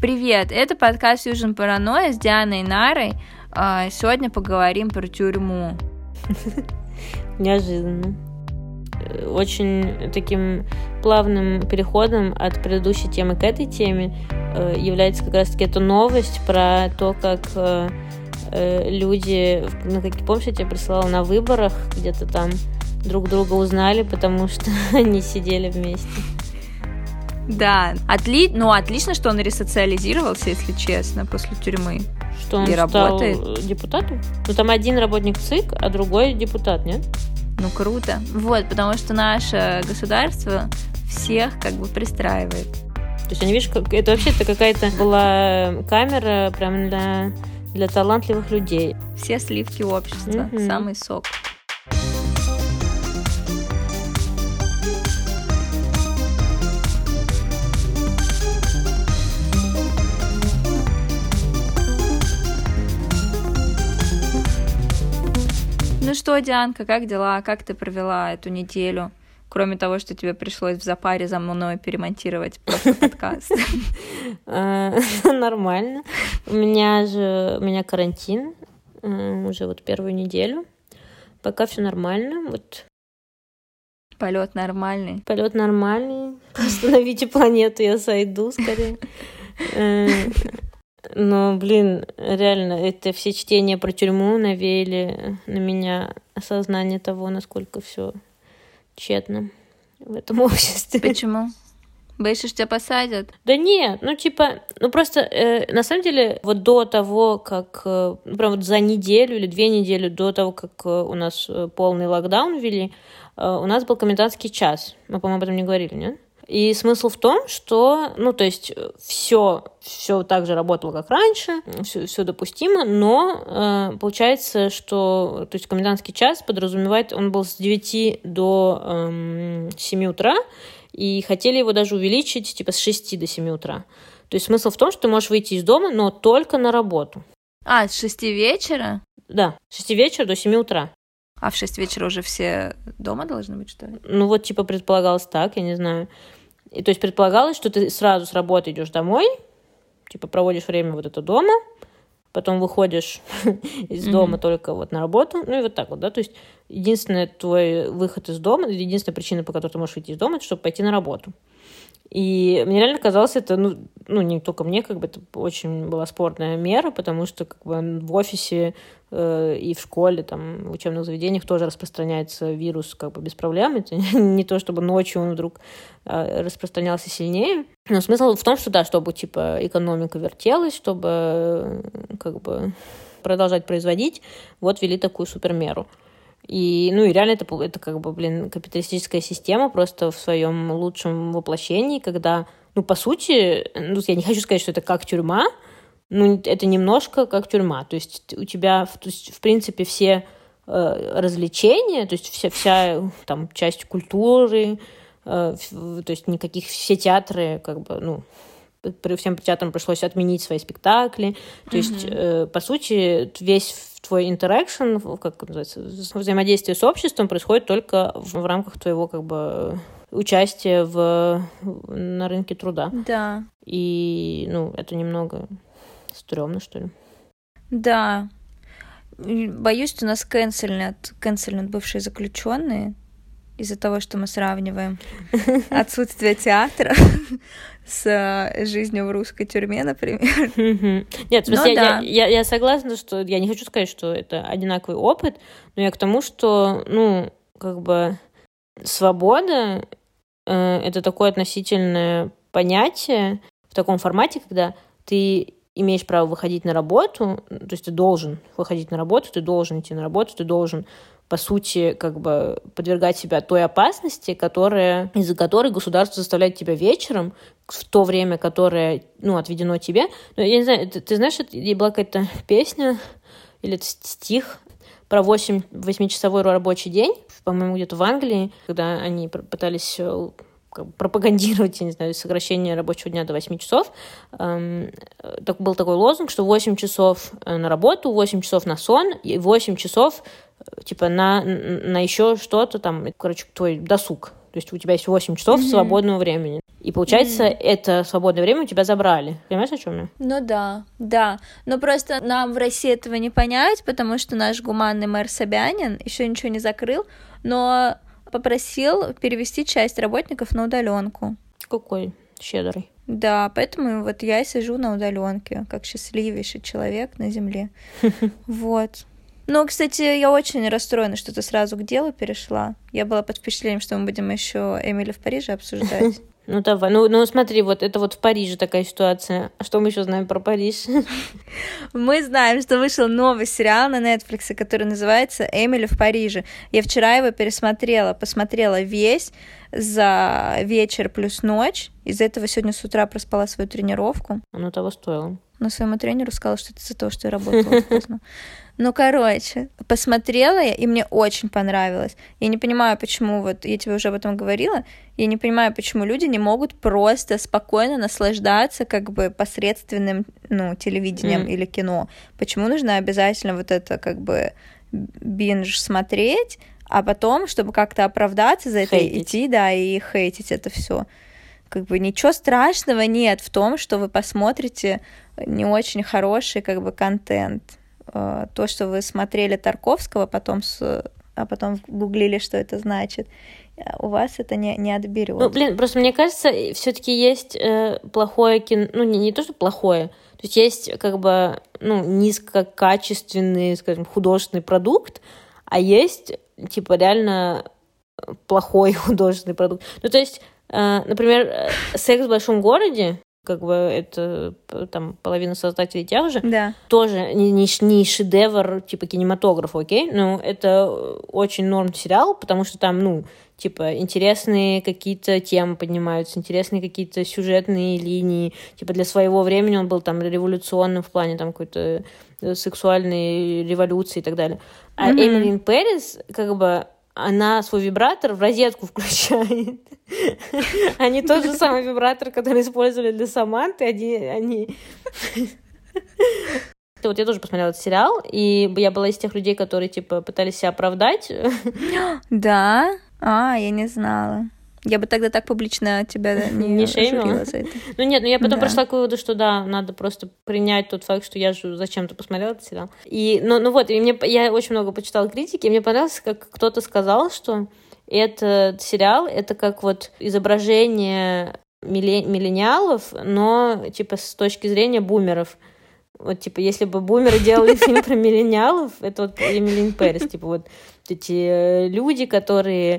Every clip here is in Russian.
Привет, это подкаст Fusion Paranoia с Дианой и Нарой. Сегодня поговорим про тюрьму. Неожиданно. Очень таким плавным переходом от предыдущей темы к этой теме является как раз-таки эта новость про то, как люди, помнишь, я тебе присылала на выборах, где-то там друг друга узнали, потому что они сидели вместе. Да, отлично, что он ресоциализировался, если честно, после тюрьмы. Что он стал депутатом? Ну, там один работник ЦИК, а другой депутат, нет? Ну, круто. Вот, потому что наше государство всех как бы пристраивает. То есть они, видишь, это вообще-то какая-то была камера прям для талантливых людей. Все сливки общества, самый сок. Ну что, Дианка, как дела? Как ты провела эту неделю? Кроме того, что тебе пришлось в запаре за мной перемонтировать просто подкаст. Нормально. У меня карантин уже вот первую неделю. Пока все нормально. Вот. Полет нормальный. Полет нормальный. Остановите планету, я сойду скорее. Но, реально, это все чтения про тюрьму навеяли на меня осознание того, насколько все тщетно в этом обществе. Почему? Боишься, что тебя посадят? Да нет, просто, на самом деле, вот до того, как, прям вот за неделю или 2 недели до того, как у нас полный локдаун ввели, у нас был комендантский час. Мы, по-моему, об этом не говорили, нет? И смысл в том, что, все так же работало, как раньше, все допустимо, но получается, что, то есть комендантский час подразумевает, он был с 9 до 7 утра, и хотели его даже увеличить, с 6 до 7 утра. То есть смысл в том, что ты можешь выйти из дома, но только на работу. А, с 6 вечера? Да, с 6 вечера до 7 утра. А в 6 вечера уже все дома должны быть, что ли? Предполагалось так, я не знаю. И то есть предполагалось, что ты сразу с работы идешь домой, проводишь время вот это дома, потом выходишь из дома только вот на работу, и вот так вот, да, то есть единственный твой выход из дома, единственная причина, по которой ты можешь выйти из дома, это чтобы пойти на работу. И мне реально казалось это, не только мне, это очень была спорная мера, потому что в офисе и в школе, в учебных заведениях тоже распространяется вирус без проблем. Это не то, чтобы ночью он вдруг распространялся сильнее. Но смысл в том, что чтобы экономика вертелась, чтобы продолжать производить, вот ввели такую супермеру. И реально это капиталистическая система просто в своем лучшем воплощении, когда, по сути, я не хочу сказать, что это как тюрьма, это немножко как тюрьма. То есть у тебя, в принципе, все развлечения, то есть вся часть культуры, то есть никаких, все театры, всем театрам пришлось отменить свои спектакли. То есть, по сути, весь твой интеракшн, взаимодействие с обществом происходит только в рамках твоего участия на рынке труда. Да. И, это немного стрёмно, что ли. Да. Боюсь, что нас канцелят бывшие заключенные из-за того, что мы сравниваем отсутствие театра с жизнью в русской тюрьме, например. Нет, в смысле, я согласна, что я не хочу сказать, что это одинаковый опыт, но я к тому, что, свобода это такое относительное понятие в таком формате, когда ты имеешь право выходить на работу, то есть ты должен выходить на работу, ты должен идти на работу, ты должен, по сути, подвергать себя той опасности, из-за которой государство заставляет тебя вечером, в то время, которое, отведено тебе. Я не знаю, ты знаешь, была какая-то песня или это стих про 8-часовой рабочий день, по-моему, где-то в Англии, когда они пытались пропагандировать, я не знаю, сокращение рабочего дня до 8 часов. Был такой лозунг, что 8 часов на работу, 8 часов на сон и 8 часов на еще что-то твой досуг. То есть у тебя есть 8 часов свободного времени. И получается, это свободное время у тебя забрали. Понимаешь, о чем я? Ну да, да. Но просто нам в России этого не понять, потому что наш гуманный мэр Собянин еще ничего не закрыл, но попросил перевести часть работников на удаленку. Какой щедрый. Да, поэтому вот я и сижу на удаленке, как счастливейший человек на земле. Вот. Ну, кстати, я очень расстроена, что ты сразу к делу перешла. Я была под впечатлением, что мы будем еще Эмили в Париже обсуждать. Ну, давай. Ну, смотри, вот это вот в Париже такая ситуация. А что мы еще знаем про Париж? Мы знаем, что вышел новый сериал на Netflix, который называется «Эмили в Париже». Я вчера его посмотрела весь за вечер плюс ночь. Из-за этого сегодня с утра проспала свою тренировку. Оно того стоило. Но своему тренеру сказала, что это из-за того, что я работала поздно. Ну, короче, посмотрела я, и мне очень понравилось. Я не понимаю, почему, вот я тебе уже об этом говорила, я не понимаю, почему люди не могут просто спокойно наслаждаться как бы посредственным, телевидением или кино. Почему нужно обязательно вот это как бы биндж смотреть, а потом, чтобы как-то оправдаться за это, идти, да, и хейтить это все. Как бы ничего страшного нет в том, что вы посмотрите не очень хороший как бы контент. То, что вы смотрели Тарковского, а потом гуглили, что это значит, у вас это не отберет. Ну, просто мне кажется, все-таки есть плохое кино, не то, что плохое, то есть есть как бы, низкокачественный, скажем, художественный продукт, а есть, типа, реально плохой художественный продукт. Ну, то есть, например, «Секс в большом городе», как бы это там половина создателей тех же, да. Тоже не шедевр типа кинематографа, окей? Но это очень норм сериал, потому что там, интересные какие-то темы поднимаются, интересные какие-то сюжетные линии. Типа для своего времени он был там революционным в плане там какой-то сексуальной революции и так далее. А Эмили Пэрис, как бы, она свой вибратор в розетку включает. А не тот же самый вибратор, который использовали для Саманты. Они... Вот я тоже посмотрела этот сериал, и я была из тех людей, которые, типа, пытались себя оправдать. Да? Я не знала. Я бы тогда так публично тебя не шеймила за это. Я потом пришла к выводу, что да, надо просто принять тот факт, что я же зачем-то посмотрела этот сериал. И, я очень много почитала критики, и мне понравилось, как кто-то сказал, что этот сериал — это как вот изображение миллениалов, но, типа, с точки зрения бумеров. Вот, типа, если бы бумеры делали фильм про миллениалов, это вот Эмили Пэрис, типа, вот эти люди, которые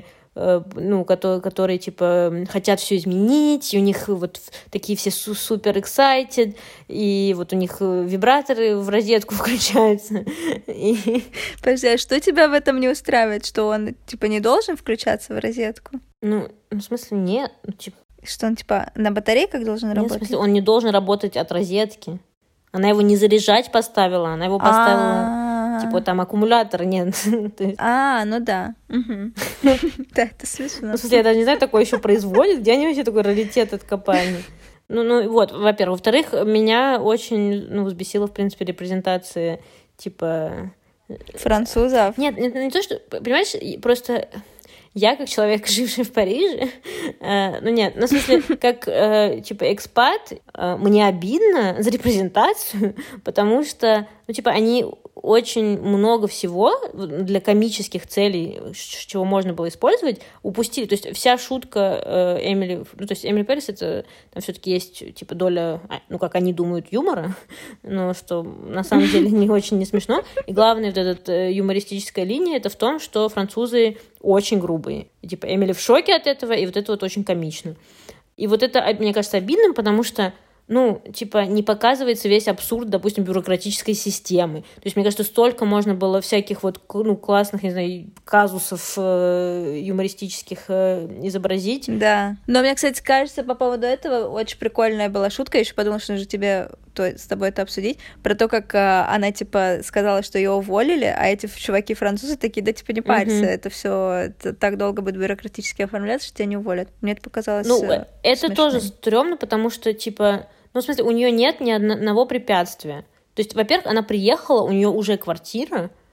типа, хотят все изменить, и у них вот такие все супер excited, и вот у них вибраторы в розетку включаются. Подожди, а что тебя в этом не устраивает? Что он, типа, не должен включаться в розетку? В смысле, нет. Что он, типа, на батарейках должен работать? В смысле, он не должен работать от розетки. Она его не заряжать поставила, она его поставила, типа, там аккумулятор нет. Ну да. Да, это смешно. В смысле, я даже не знаю, такое еще производит, где они вообще такой раритет откопали? Вот, во-первых. Во-вторых, меня очень, взбесила, в принципе, репрезентация, типа... Французов? Нет, не то, что... Понимаешь, просто... Я, как человек, живший в Париже, в смысле, как, типа, экспат, мне обидно за репрезентацию, потому что, они очень много всего для комических целей, чего можно было использовать, упустили. То есть вся шутка Эмили... то есть Эмили Пэрис, это там все-таки есть, типа, доля, как они думают, юмора, но что на самом деле не очень не смешно. И главная вот эта юмористическая линия, это в том, что французы очень грубые. И, типа, Эмили в шоке от этого, и вот это вот очень комично. И вот это, мне кажется, обидным, потому что не показывается весь абсурд, допустим, бюрократической системы. То есть, мне кажется, столько можно было всяких вот, классных, не знаю, казусов юмористических изобразить. Да. Но мне, кстати, кажется, по поводу этого очень прикольная была шутка. Я еще подумала, что нужно тебе с тобой это обсудить. Про то, как она, типа, сказала, что ее уволили, а эти чуваки-французы такие, да, типа, не парься, это все так долго будет бюрократически оформляться, что тебя не уволят. Мне это показалось это смешным. Тоже стрёмно, потому что, типа... в смысле, у нее нет ни одного препятствия. То есть, во-первых, она приехала, у нее уже квартира,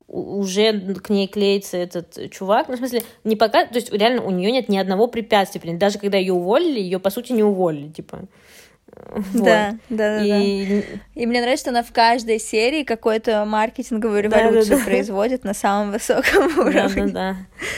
уже к ней клеится этот чувак. Ну, в смысле, не пока... То есть, реально, у нее нет ни одного препятствия. Блин. Даже когда ее уволили, ее, по сути, не уволили, типа. Вот. Да. И мне нравится, что она в каждой серии какую-то маркетинговую революцию производит на самом высоком уровне. Да.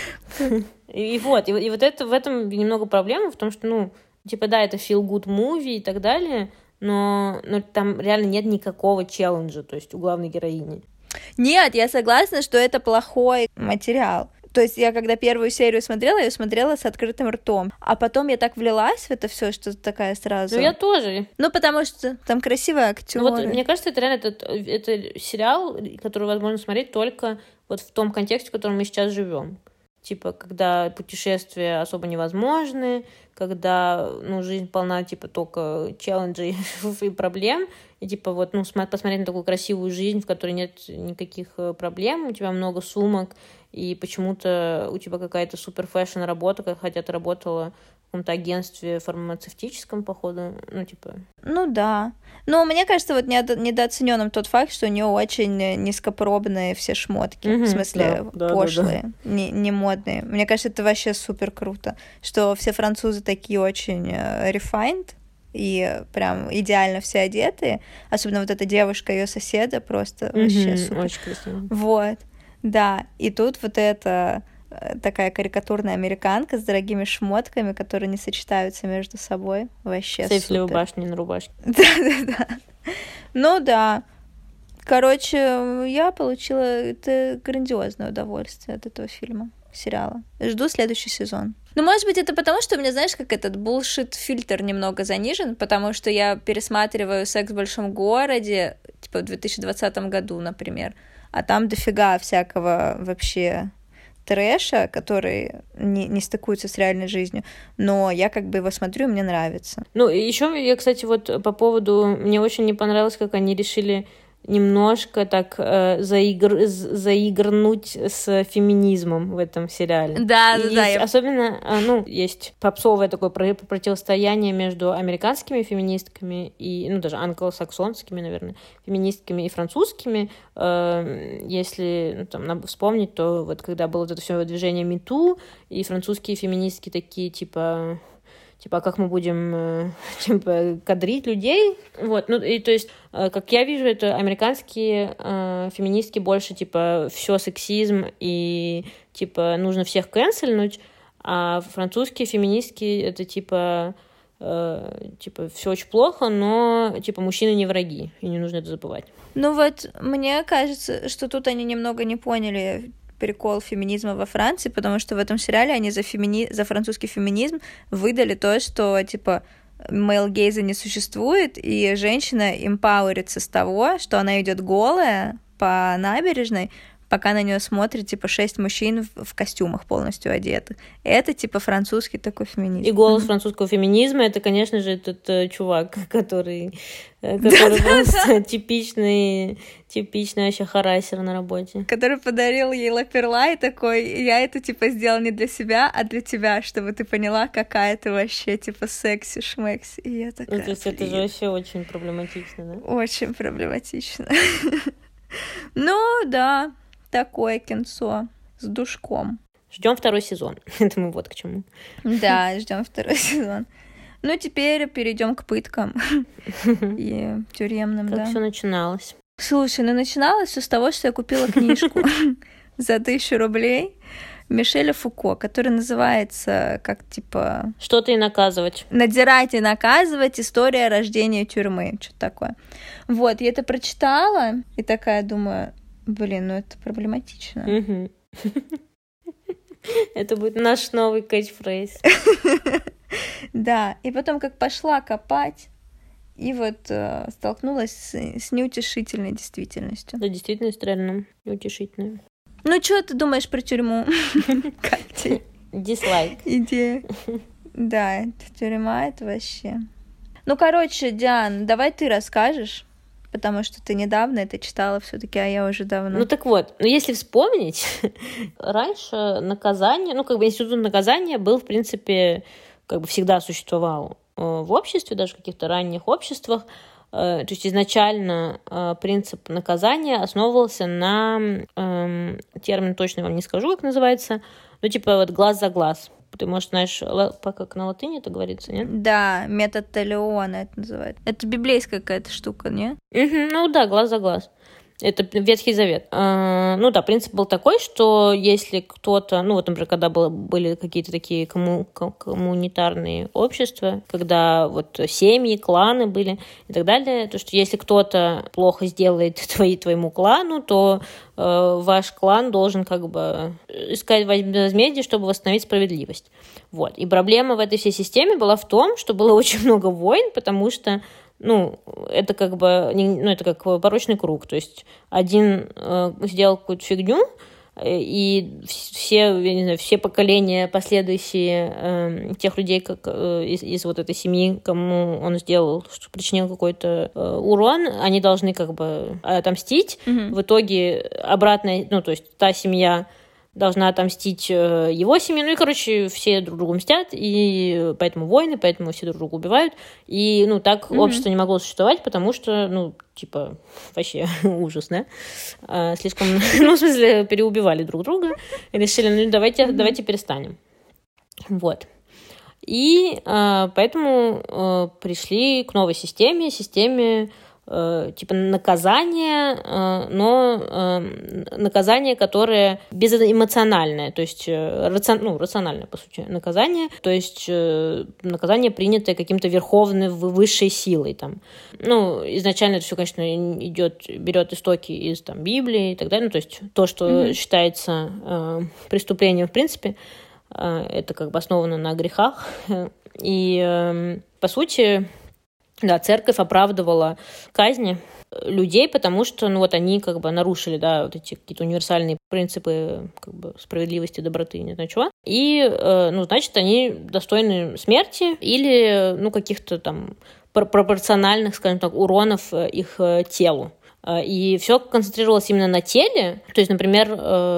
И вот это в этом немного проблема, в том, что, ну, типа, да, это feel-good movie и так далее, но там реально нет никакого челленджа, то есть у главной героини. Нет, я согласна, что это плохой материал. То есть я когда первую серию смотрела, я смотрела с открытым ртом. А потом я так влилась в это все, что такая сразу. Ну, я тоже. Ну, потому что там красивые актеры. Вот, мне кажется, это реально это сериал, который возможно смотреть только вот в том контексте, в котором мы сейчас живем. Типа, когда путешествия особо невозможны, когда, ну, жизнь полна, типа, только челленджей и проблем, и, типа, вот, ну, посмотреть на такую красивую жизнь, в которой нет никаких проблем, у тебя много сумок, и почему-то у тебя какая-то супер фэшн работа, хотя ты работала в каком-то агентстве фармацевтическом, походу, ну, типа... Ну, да. Но мне кажется, вот недооцененным тот факт, что у нее очень низкопробные все шмотки, в смысле, пошлые, не модные. Мне кажется, это вообще супер круто, что все французы такие очень refined, и прям идеально все одетые, особенно вот эта девушка, ее соседа, просто вообще супер. Очень красиво. Вот, да, и тут вот эта такая карикатурная американка с дорогими шмотками, которые не сочетаются между собой, вообще супер. Сейфлевой башни на рубашке. Да. Ну да. Короче, я получила это грандиозное удовольствие от этого фильма, сериала. Жду следующий сезон. Ну, может быть, это потому, что у меня, знаешь, как этот булшит-фильтр немного занижен, потому что я пересматриваю «Секс в большом городе», типа в 2020 году, например, а там дофига всякого вообще трэша, который не стыкуется с реальной жизнью, но я как бы его смотрю, и мне нравится. Ну, еще я, кстати, вот по поводу... Мне очень не понравилось, как они решили немножко так заигрнуть с феминизмом в этом сериале. Да. Особенно, ну, есть попсовое такое противостояние между американскими феминистками и, ну, даже англосаксонскими, наверное, феминистками и французскими. Если, ну, там, вспомнить, то вот когда было вот это все движение MeToo, и французские феминистки такие, типа, а как мы будем типа, кадрить людей? Вот, ну, и то есть, как я вижу, это американские феминистки больше, типа, все сексизм и, типа, нужно всех кэнсельнуть, а французские феминистки это, типа, все очень плохо, но, типа, мужчины не враги, и не нужно это забывать. Ну вот, мне кажется, что тут они немного не поняли прикол феминизма во Франции, потому что в этом сериале они за французский феминизм выдали то, что, типа, мейл-гейза не существует, и женщина эмпауэрится с того, что она идет голая по набережной, пока на нее смотрит, типа, 6 мужчин в костюмах полностью одетых. Это, типа, французский такой феминизм. И голос французского феминизма — это, конечно же, этот чувак, который просто типичный вообще харассер на работе. Который подарил ей лапперла и такой: я это, типа, сделал не для себя, а для тебя, чтобы ты поняла, какая ты вообще, типа, секси-шмекси. И я такая... То есть это же вообще очень проблематично, да? Очень проблематично. Ну, да. Такое кинцо с душком. Ждем второй сезон. Это мы вот к чему. Да, ждем второй сезон. Ну, теперь перейдем к пыткам и тюремным, да. Как все начиналось? Слушай, начиналось все с того, что я купила книжку за 1000 рублей Мишеля Фуко, которая называется как, типа... Что-то и наказывать. «Надзирать и наказывать. История рождения тюрьмы». Что-то такое. Вот, я это прочитала и такая думаю... Блин, ну это проблематично. Это будет наш новый кэтчфрейз. Да, и потом как пошла копать, и вот столкнулась с неутешительной действительностью. Да, действительность реально неутешительная. Ну, что ты думаешь про тюрьму? Как тебе? Дизлайк. Идея. Да, это тюрьма, это вообще... Ну, короче, Диан, давай ты расскажешь. Потому что ты недавно это читала все-таки, а я уже давно. Ну так вот, если вспомнить, раньше наказание, институт наказания был, в принципе, всегда существовал в обществе, даже в каких-то ранних обществах. То есть изначально принцип наказания основывался на, термин точно вам не скажу, как называется, ну, типа вот глаз за глаз. Ты, может, знаешь, как на латыни это говорится, нет? Да, метод Талиона это называется. Это библейская какая-то штука, не? Ну да, глаз за глаз. Это Ветхий Завет. Ну да, принцип был такой, что если кто-то, ну вот, например, когда были какие-то такие коммунитарные общества, когда вот семьи, кланы были и так далее, то что если кто-то плохо сделает твоему клану, то ваш клан должен как бы искать возмездие, чтобы восстановить справедливость. Вот. И проблема в этой всей системе была в том, что было очень много войн, потому что это как бы, это как порочный круг. То есть один сделал какую-то фигню, и все, я не знаю, все поколения последующие тех людей, как из вот этой семьи, кому он сделал, что причинил какой-то урон, они должны как бы отомстить. В итоге обратно, то есть та семья должна отомстить его семье. И, короче, все друг другу мстят, и поэтому войны, поэтому все друг друга убивают. И, так общество не могло существовать, потому что, вообще ужас, да? Слишком, в смысле, переубивали друг друга. И решили, давайте перестанем. Вот. И поэтому пришли к новой системе типа наказание, но наказание, которое безэмоциональное, то есть рациональное, по сути, наказание, то есть наказание, принятое каким-то верховной, высшей силой. Там. Изначально это все, конечно, берет истоки из Библии и так далее, то есть то, что считается преступлением в принципе, это как бы основано на грехах. И, по сути, да, церковь оправдывала казни людей, потому что, они как бы нарушили, да, вот эти какие-то универсальные принципы как бы справедливости, доброты, не знаю чего. И, значит, они достойны смерти или, каких-то там пропорциональных, скажем так, уронов их телу. И все концентрировалось именно на теле. То есть, например,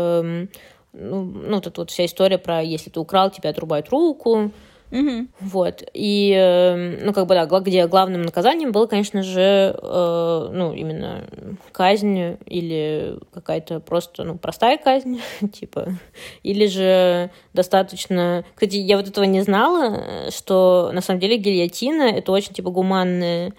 тут вот вся история про если ты украл, тебе отрубают руку. Вот. И, где главным наказанием было, конечно же, именно казнь или какая-то просто, простая казнь, типа. Или же достаточно... Кстати, я вот этого не знала, что на самом деле гильотина — это очень, типа, гуманная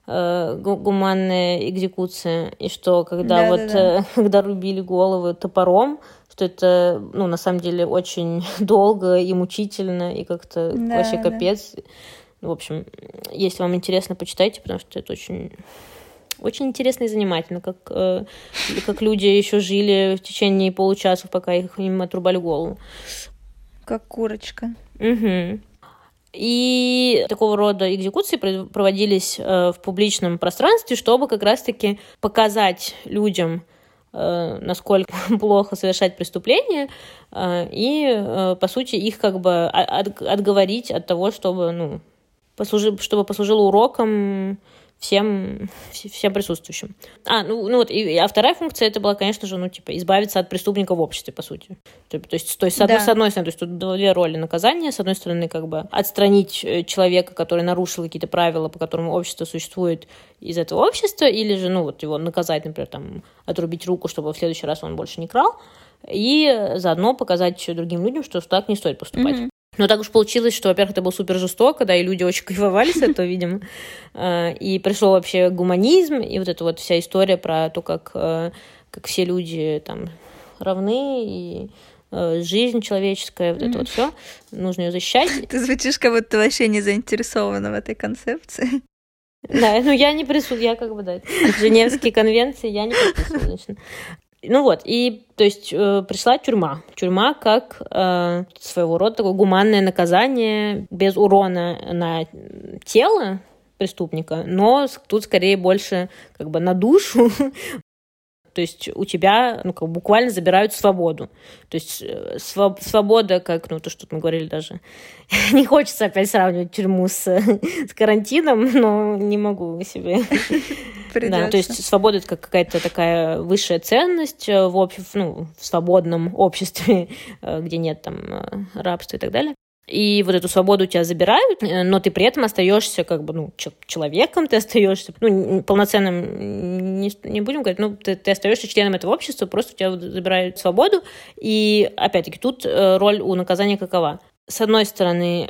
экзекуция, и что когда когда рубили головы топором, что это, на самом деле, очень долго и мучительно, и как-то вообще капец. В общем, если вам интересно, почитайте, потому что это очень, очень интересно и занимательно, как люди еще жили в течение получаса, пока им отрубали голову. Как курочка. Угу. И такого рода экзекуции проводились в публичном пространстве, чтобы как раз-таки показать людям, насколько плохо совершать преступления, и, по сути, их как бы отговорить от того, чтобы послужило уроком всем присутствующим. А вторая функция это была, конечно же, избавиться от преступника в обществе, по сути. То есть с одной стороны, то есть тут две роли наказания. С одной стороны, как бы отстранить человека, который нарушил какие-то правила, по которым общество существует, из этого общества, или же, его наказать, например, отрубить руку, чтобы в следующий раз он больше не крал, и заодно показать другим людям, что так не стоит поступать. Но так уж получилось, что, во-первых, это было супер жестоко, да, и люди очень кайфовали с этого, видимо. И пришел вообще гуманизм, и вот эта вот вся история про то, как все люди там равны, и жизнь человеческая, вот это вот все, нужно ее защищать. Ты звучишь, как будто ты вообще не заинтересована в этой концепции. Да, я не присутствую, я как бы, да, Женевские конвенции я не подписываю, значит. И, то есть, пришла тюрьма. Тюрьма как своего рода такое гуманное наказание без урона на тело преступника, но тут скорее больше как бы на душу. То есть у тебя буквально забирают свободу. То есть свобода, как то, что мы говорили даже. Не хочется опять сравнивать тюрьму с карантином, но не могу себе. Да, то есть свобода — это какая-то такая высшая ценность в свободном обществе, где нет там рабства и так далее. и вот эту свободу у тебя забирают, но ты при этом остаешься как бы, человеком, ты остаешься, полноценным, не будем говорить, ты остаешься членом этого общества, просто у тебя забирают свободу. И, опять-таки, тут роль у наказания какова? С одной стороны,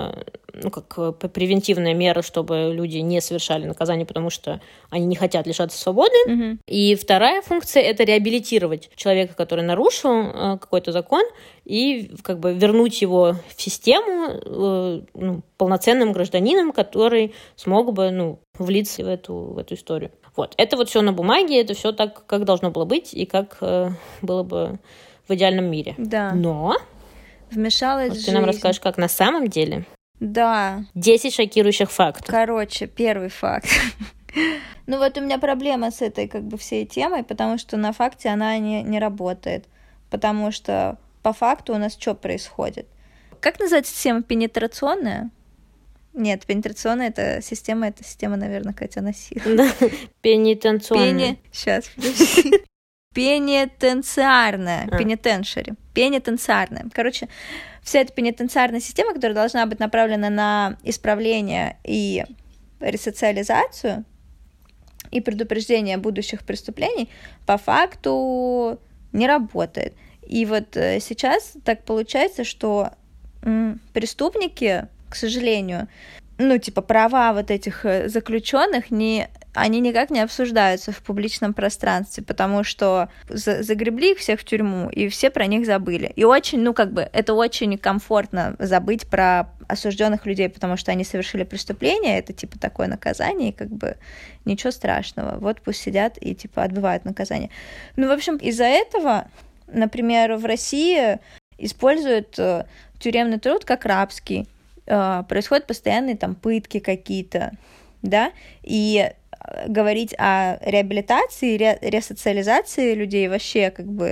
как превентивная мера, чтобы люди не совершали наказание, потому что они не хотят лишаться свободы. Мгм. И вторая функция — это реабилитировать человека, который нарушил какой-то закон, и как бы вернуть его в систему полноценным гражданином, который смог бы влиться в эту историю. Вот. Это вот все на бумаге, это все так, как должно было быть, и как было бы в идеальном мире. Да. Но Вмешалась вот жизнь. ты нам расскажешь, как на самом деле. Да. 10 шокирующих фактов. Короче, первый факт. Ну вот у меня проблема с этой как бы всей темой, потому что на факте она не работает. Потому что по факту у нас что происходит? Как называется система пенетрационная? Нет, пенетрационная это система, наверное, Катя носила. Да, пенитенционная. Сейчас, подожди. Пенитенциарная. Пенитеншери. Пенитенциарная. Короче, вся эта пенитенциарная система, которая должна быть направлена на исправление и ресоциализацию и предупреждение будущих преступлений, по факту не работает. И вот сейчас так получается, что преступники, к сожалению, права вот этих заключенных они никак не обсуждаются в публичном пространстве, потому что загребли их всех в тюрьму, и все про них забыли. И очень, это очень комфортно забыть про осужденных людей, потому что они совершили преступление, это такое наказание, и ничего страшного. Вот пусть сидят и отбывают наказание. В общем, из-за этого, например, в России используют тюремный труд как рабский. Происходят постоянные пытки какие-то, да, и говорить о реабилитации, ресоциализации людей вообще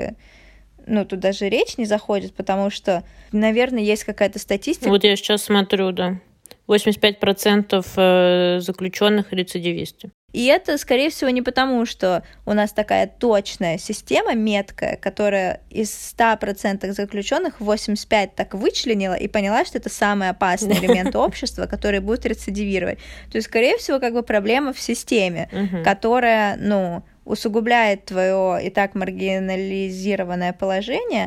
тут даже речь не заходит, потому что, наверное, есть какая-то статистика. Вот я сейчас смотрю, да, 85% заключенных рецидивисты. И это, скорее всего, не потому, что у нас такая точная система, меткая, которая из 100% заключенных 85 так вычленила и поняла, что это самый опасный элемент общества, который будет рецидивировать. То есть, скорее всего, проблема в системе, которая, усугубляет твое и так маргинализированное положение,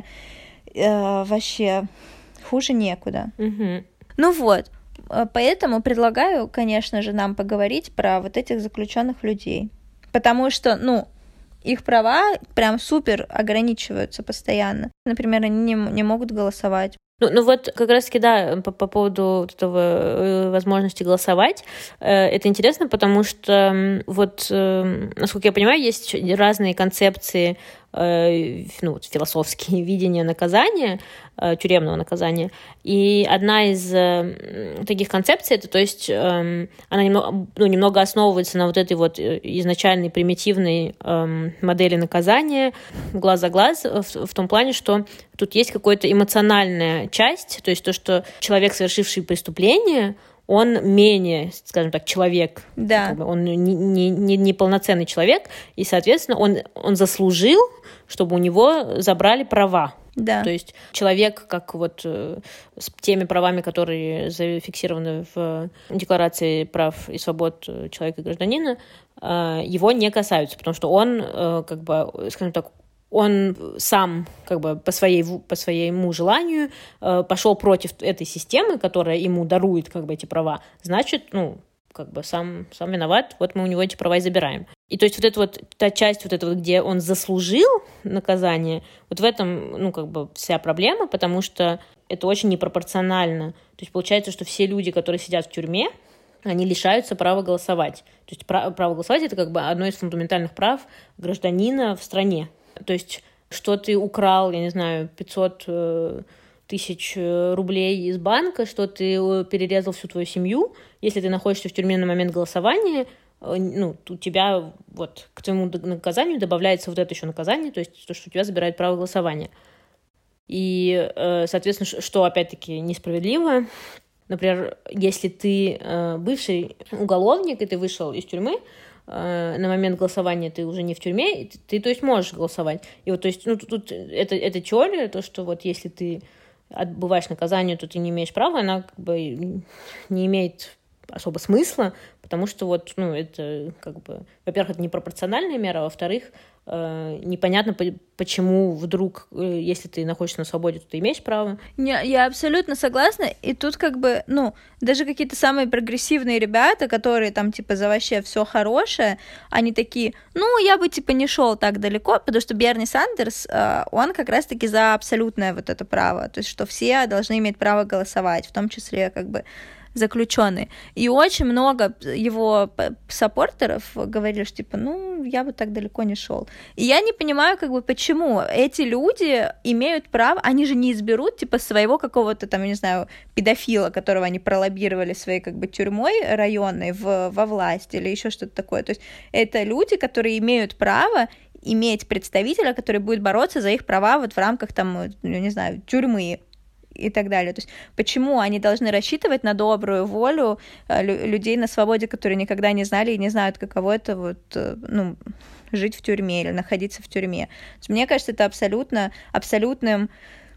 вообще хуже некуда. Вот. Поэтому предлагаю, конечно же, нам поговорить про вот этих заключенных людей. Потому что, их права прям супер ограничиваются постоянно. Например, они не могут голосовать. Вот как раз-таки, да, по поводу вот этого возможности голосовать, это интересно, потому что насколько я понимаю, есть разные концепции, философские видения наказания, тюремного наказания, и одна из таких концепций, это, то есть, она немного основывается на вот этой вот изначальной примитивной модели наказания глаз за глаз, в том плане, что тут есть какая-то эмоциональная часть, то есть то, что человек, совершивший преступление, он менее, скажем так, человек, да. Он не полноценный человек, и, соответственно, он заслужил, чтобы у него забрали права. Да. То есть человек, как с теми правами, которые зафиксированы в Декларации прав и свобод человека и гражданина, его не касаются, потому что он, скажем так, он сам по своему желанию пошел против этой системы, которая ему дарует эти права, значит, сам виноват, вот мы у него эти права и забираем. И то есть та часть где он заслужил наказание, в этом, вся проблема, потому что это очень непропорционально. То есть получается, что все люди, которые сидят в тюрьме, они лишаются права голосовать. То есть право голосовать — это одно из фундаментальных прав гражданина в стране. То есть, что ты украл, я не знаю, 500 тысяч рублей из банка, что ты перерезал всю твою семью, если ты находишься в тюрьме на момент голосования, у тебя к твоему наказанию добавляется это еще наказание, то есть то, что у тебя забирает право голосования. И, соответственно, что опять-таки несправедливо, например, если ты бывший уголовник, и ты вышел из тюрьмы, на момент голосования ты уже не в тюрьме, ты то есть, можешь голосовать. И то есть, тут эта теория, то, что если ты отбываешь наказание, то ты не имеешь права, она как бы не имеет особо смысла, потому что вот, ну, это как бы, во-первых, это непропорциональная мера, а во-вторых, непонятно, почему вдруг, если ты находишься на свободе, то ты имеешь право. Я абсолютно согласна, и тут как бы, ну, даже какие-то самые прогрессивные ребята, которые там, типа, за вообще все хорошее, они такие, ну, я бы, типа, не шел так далеко, потому что Берни Сандерс, он как раз-таки за абсолютное вот это право, то есть, что все должны иметь право голосовать, в том числе, как бы, заключенные. И очень много его саппортеров говорили, что типа, ну, я бы так далеко не шел. И я не понимаю, как бы, почему эти люди имеют право, они же не изберут, типа, своего какого-то там, я не знаю, педофила, которого они пролоббировали своей, как бы, тюрьмой районной во власть или еще что-то такое. То есть это люди, которые имеют право иметь представителя, который будет бороться за их права вот в рамках, там, я не знаю, тюрьмы и так далее. То есть почему они должны рассчитывать на добрую волю людей на свободе, которые никогда не знали и не знают, каково это вот, ну, жить в тюрьме или находиться в тюрьме. Мне кажется, это абсолютным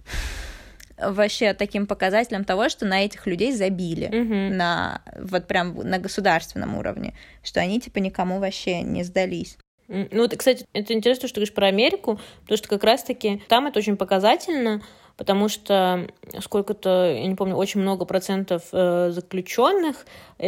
вообще таким показателем того, что на этих людей забили, на вот прям на государственном уровне, что они типа никому вообще не сдались. Ну, вот, кстати, это интересно, что ты говоришь про Америку, потому что как раз-таки там это очень показательно, потому что сколько-то, я не помню, очень много процентов заключенных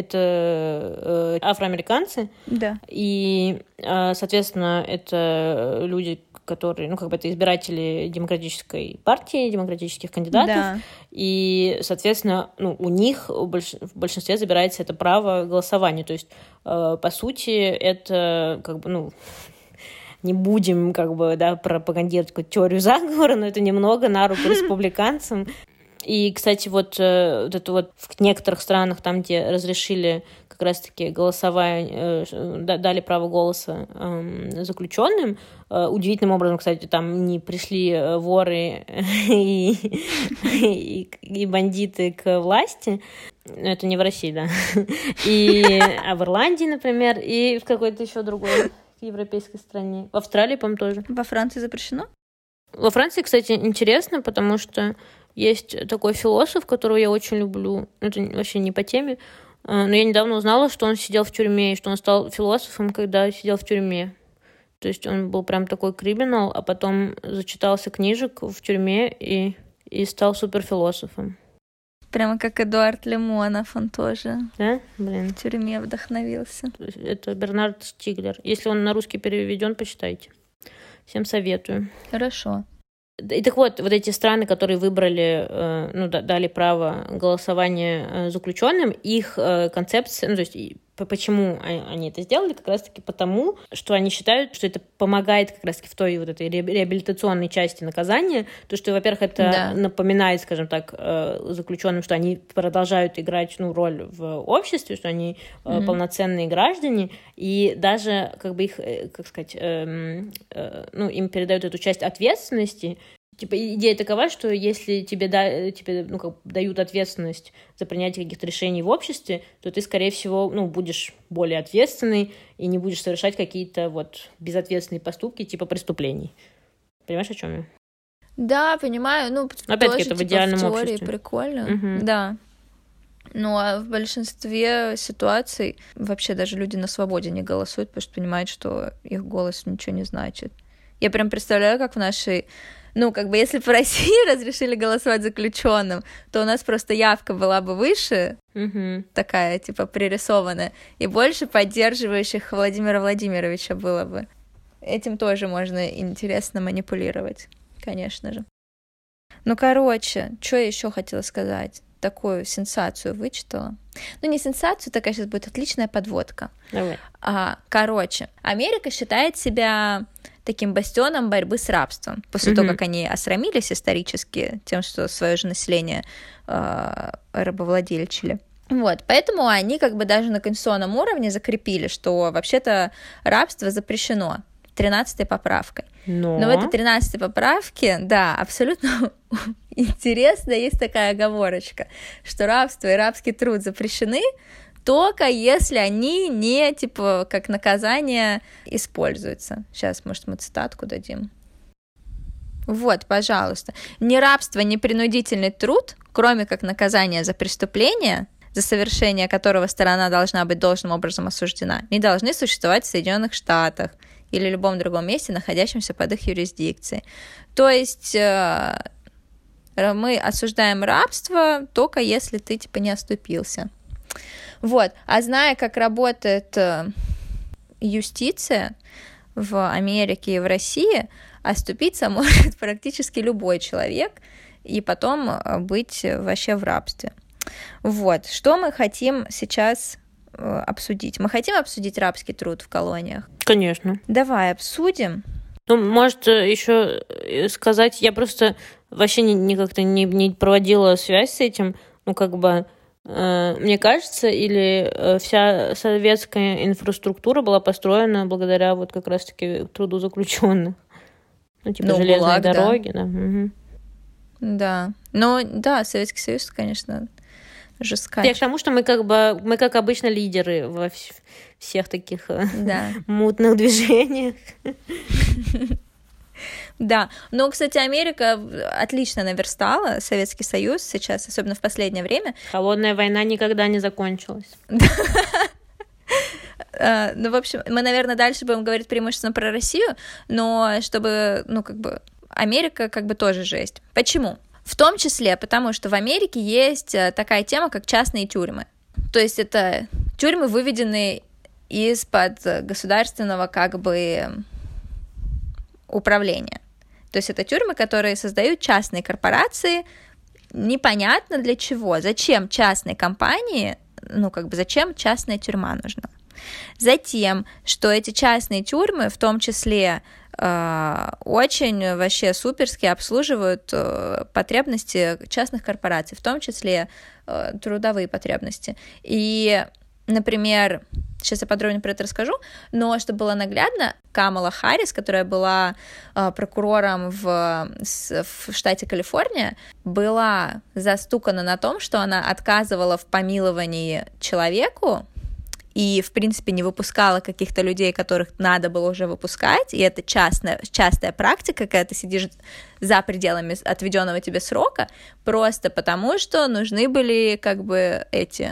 это афроамериканцы. Да. И, соответственно, это люди, которые, ну, как бы это избиратели демократической партии, демократических кандидатов. Да. И, соответственно, ну, у них в большинстве забирается это право голосования. То есть, по сути, это как бы, ну, не будем как бы, да, пропагандировать какую-то теорию заговора, но это немного на руку республиканцам. И, кстати, вот это вот в некоторых странах, там, где разрешили как раз-таки голосование, дали право голоса заключенным, удивительным образом, кстати, там не пришли воры и бандиты к власти. Это не в России, да. А в Ирландии, например, и в какой-то еще другой европейской стране. В Австралии, по-моему, тоже. Во Франции запрещено? Во Франции, кстати, интересно, потому что есть такой философ, которого я очень люблю. Это вообще не по теме. Но я недавно узнала, что он сидел в тюрьме, и что он стал философом, когда сидел в тюрьме. То есть он был прям такой криминал, а потом зачитался книжек в тюрьме и стал суперфилософом. Прямо как Эдуард Лимонов, он тоже. Да? Блин. В тюрьме вдохновился. Это Бернард Стиглер. Если он на русский переведен, почитайте. Всем советую. Хорошо. И так вот эти страны, которые выбрали, ну, дали право голосования заключенным, их концепция, ну, то есть почему они это сделали, как раз-таки потому, что они считают, что это помогает как раз-таки в той вот этой реабилитационной части наказания, то, что, во-первых, это напоминает, скажем так, заключенным, что они продолжают играть, ну, роль в обществе, что они полноценные граждане, и даже, как бы их, как сказать, ну, им передают эту часть ответственности. Типа, идея такова, что если тебе ну, как бы дают ответственность за принятие каких-то решений в обществе, то ты, скорее всего, ну, будешь более ответственный и не будешь совершать какие-то вот безответственные поступки типа преступлений. Понимаешь, о чем я? Да, понимаю. Ну, опять-таки, это типа, в идеальном в теории обществе. Прикольно. Да. Ну, а в большинстве ситуаций вообще даже люди на свободе не голосуют, потому что понимают, что их голос ничего не значит. Я прям представляю, как в нашей... Ну, как бы, если бы в России разрешили голосовать заключенным, то у нас просто явка была бы выше, такая, типа, пририсованная, и больше поддерживающих Владимира Владимировича было бы. Этим тоже можно интересно манипулировать, конечно же. Ну, короче, что я еще хотела сказать? Такую сенсацию вычитала. Ну, не сенсацию, такая сейчас будет отличная подводка. Давай. Короче, Америка считает себя таким бастионом борьбы с рабством. После того, как они осрамились исторически тем, что свое же население рабовладельчили. Вот, поэтому они как бы даже на конституционном уровне закрепили, что вообще-то рабство запрещено 13-й поправкой. Но в этой 13-й поправке, да, абсолютно интересно, есть такая оговорочка, что рабство и рабский труд запрещены только если они не, типа, как наказание используются. Сейчас, может, мы цитатку дадим. Вот, пожалуйста. Ни рабство, ни принудительный труд, кроме как наказания за преступление, за совершение которого сторона должна быть должным образом осуждена, не должны существовать в Соединенных Штатах или любом другом месте, находящемся под их юрисдикцией. То есть мы осуждаем рабство только если ты типа не оступился. Вот. А зная, как работает юстиция в Америке и в России, оступиться может практически любой человек и потом быть вообще в рабстве. Вот. Что мы хотим сейчас обсудить? Мы хотим обсудить рабский труд в колониях? Конечно. Давай обсудим. Ну, может, еще сказать, я просто вообще как-то не проводила связь с этим, ну, как бы, мне кажется, или вся советская инфраструктура была построена благодаря вот как раз-таки труду заключенных. Ну, типа железные ГУЛАГ, дороги, да. Угу. Да. Ну, да, Советский Союз, конечно, жестко. Я к тому, что мы как обычно лидеры во всех таких мутных движениях. Да, но, кстати, Америка отлично наверстала Советский Союз сейчас, особенно в последнее время. Холодная война никогда не закончилась. Ну, в общем, мы, наверное, дальше будем говорить преимущественно про Россию, но чтобы, ну, как бы, Америка как бы тоже жесть. Почему? В том числе потому, что в Америке есть такая тема, как частные тюрьмы. То есть это тюрьмы, выведенные из-под государственного как бы управления. То есть это тюрьмы, которые создают частные корпорации, непонятно для чего. Зачем частной компании, ну как бы зачем частная тюрьма нужна? Затем, что эти частные тюрьмы, в том числе очень вообще суперски обслуживают потребности частных корпораций, в том числе трудовые потребности. И, например, сейчас я подробнее про это расскажу, но чтобы было наглядно, Камала Харрис, которая была прокурором в штате Калифорния, была застукана на том, что она отказывала в помиловании человеку, и, в принципе, не выпускала каких-то людей, которых надо было уже выпускать, и это частая практика, когда ты сидишь за пределами отведенного тебе срока, просто потому что нужны были, как бы,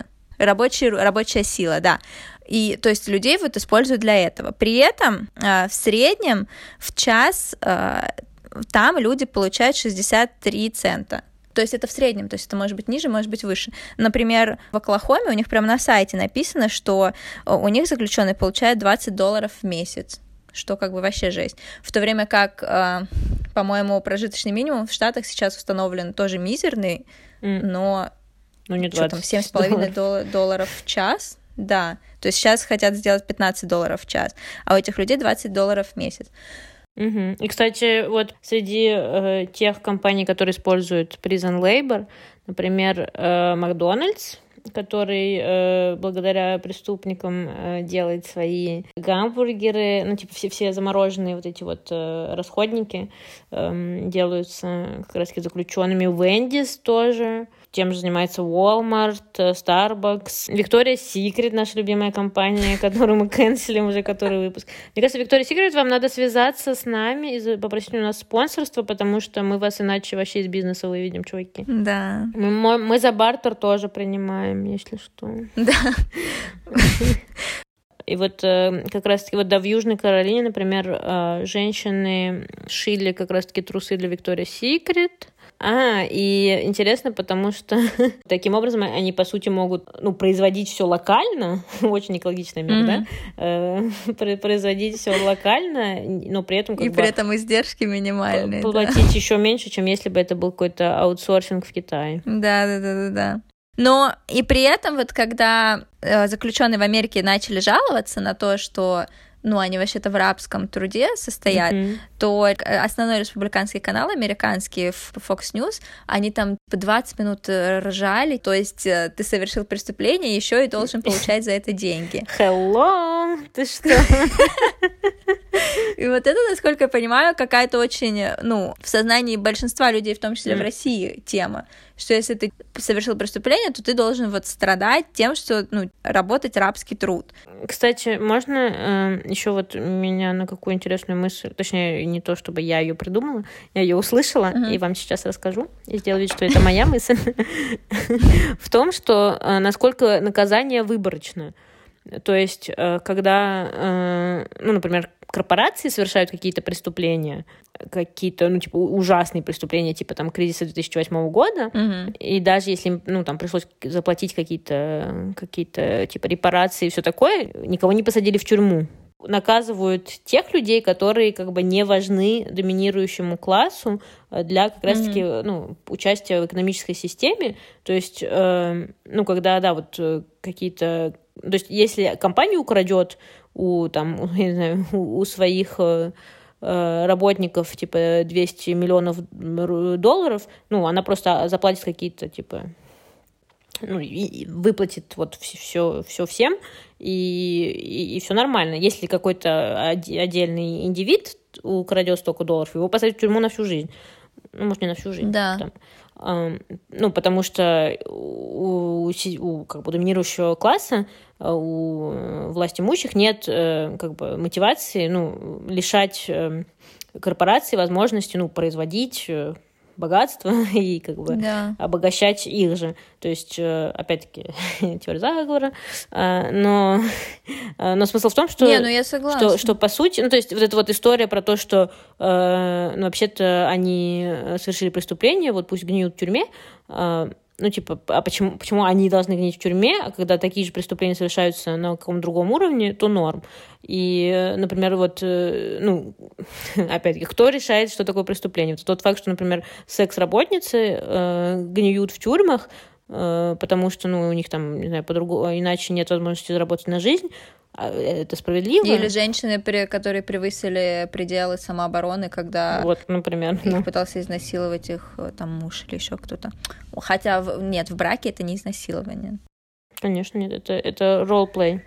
рабочая сила, да. И, то есть, людей вот используют для этого. При этом в среднем в час там люди получают 63 цента. То есть это в среднем, то есть это может быть ниже, может быть выше. Например, в Оклахоме у них прямо на сайте написано, что у них заключенные получают $20 в месяц, что как бы вообще жесть. В то время как, по-моему, прожиточный минимум в Штатах сейчас установлен тоже мизерный, но не что там, $7,5 в час, да. То есть сейчас хотят сделать $15 в час, а у этих людей $20 в месяц. Угу. И, кстати, вот среди тех компаний, которые используют prison labor, например, Макдональдс, который благодаря преступникам делает свои гамбургеры, ну, типа все замороженные вот эти вот расходники делаются как раз-таки заключенными. Вендис тоже. Тем же занимается Walmart, Starbucks, Victoria's Secret, наша любимая компания, которую мы канцелим уже который выпуск. Мне кажется, Victoria's Secret, вам надо связаться с нами и попросить у нас спонсорство, потому что мы вас иначе вообще из бизнеса выведем, чуваки. Да. Мы за бартер тоже принимаем, если что. Да. И вот как раз-таки вот, да, в Южной Каролине, например, женщины шили как раз-таки трусы для Victoria's Secret. И интересно, потому что таким образом они, по сути, могут производить все локально, очень экологичный мир, да? Производить все локально, но при этом при этом издержки минимальные. Платить еще меньше, чем если бы это был какой-то аутсорсинг в Китае. Да. Но и при этом, вот когда заключенные в Америке начали жаловаться на то, что они вообще-то в рабском труде состоят, то основной республиканский канал американский, Fox News, они там 20 минут ржали, то есть ты совершил преступление, еще и должен получать за это деньги. Hello, ты что? И вот это, насколько я понимаю, какая-то очень, ну, в сознании большинства людей, в том числе в России, тема, что если ты совершил преступление, то ты должен вот страдать тем, что, ну, работать рабский труд. Кстати, можно еще вот меня на какую интересную мысль, точнее, не то, чтобы я ее придумала, я ее услышала, и вам сейчас расскажу, и сделаю вид, что это моя мысль, в том, что насколько наказание выборочно. То есть, когда, ну, например, корпорации совершают какие-то преступления, какие-то, ну, типа, ужасные преступления, типа, там, кризиса 2008 года, и даже если им, ну, там, пришлось заплатить какие-то, типа, репарации и все такое, никого не посадили в тюрьму. Наказывают тех людей, которые, как бы, не важны доминирующему классу для, как раз-таки, ну, участия в экономической системе. То есть, ну, когда, да, вот какие-то... То есть, если компания украдет у, там, я не знаю, у своих работников, типа, 200 миллионов долларов, ну, она просто заплатит какие-то, типа, ну, и выплатит вот все всем, и все нормально. Если какой-то отдельный индивид украдет столько долларов, его посадят в тюрьму на всю жизнь. Ну, может, не на всю жизнь. Да. Ну, потому что у как бы доминирующего класса, у властимущих нет как бы мотивации, ну, лишать корпорации возможности, ну, производить богатство и как бы обогащать их же. То есть, опять-таки, теория заговора. Но смысл в том, что... Не, ну я согласна. Что по сути... Ну, то есть, вот эта вот история про то, что ну, вообще-то они совершили преступление, вот пусть гниют в тюрьме, ну, типа, а почему они должны гнить в тюрьме, а когда такие же преступления совершаются на каком-то другом уровне, то норм. И, например, вот, ну, опять-таки, кто решает, что такое преступление? Вот тот факт, что, например, секс-работницы гниют в тюрьмах, потому что, ну, у них там, не знаю, по-другому, иначе нет возможности заработать на жизнь, это справедливо. Или женщины, которые превысили пределы самообороны, когда вот, например, их пытался изнасиловать их там муж или еще кто-то. Хотя нет, в браке это не изнасилование. Конечно, нет, это ролл-плей.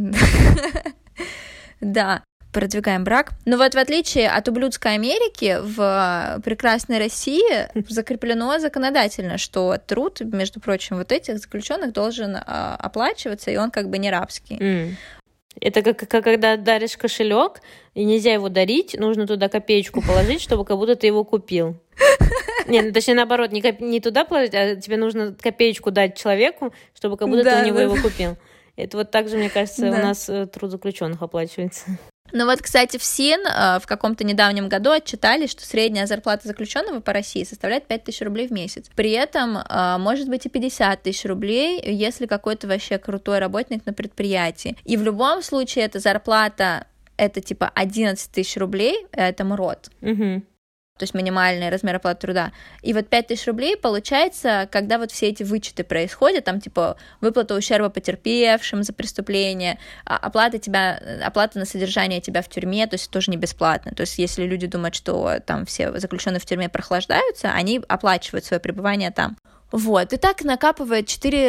Да, продвигаем брак. Но вот в отличие от ублюдской Америки, в прекрасной России закреплено законодательно, что труд, между прочим, вот этих заключенных должен оплачиваться, и он как бы не рабский. Это как когда даришь кошелек, и нельзя его дарить, нужно туда копеечку положить, чтобы как будто ты его купил. Не, ну, точнее, наоборот, не туда положить, а тебе нужно копеечку дать человеку, чтобы как будто ты у него его купил. Это вот так же, мне кажется, у нас труд заключенных оплачивается. Ну вот, кстати, в СИН в каком-то недавнем году отчитали, что средняя зарплата заключенного по России составляет 5000 рублей в месяц. При этом может быть и 50 тысяч рублей, если какой-то вообще крутой работник на предприятии. И в любом случае эта зарплата, это типа 11 тысяч рублей, это МРОТ. То есть минимальный размер оплаты труда. И вот 5000 рублей получается, когда вот все эти вычеты происходят, там типа выплата ущерба потерпевшим за преступление, оплата на содержание тебя в тюрьме, то есть тоже не бесплатно. То есть если люди думают, что там все заключенные в тюрьме прохлаждаются, они оплачивают свое пребывание там. Вот, и так накапывает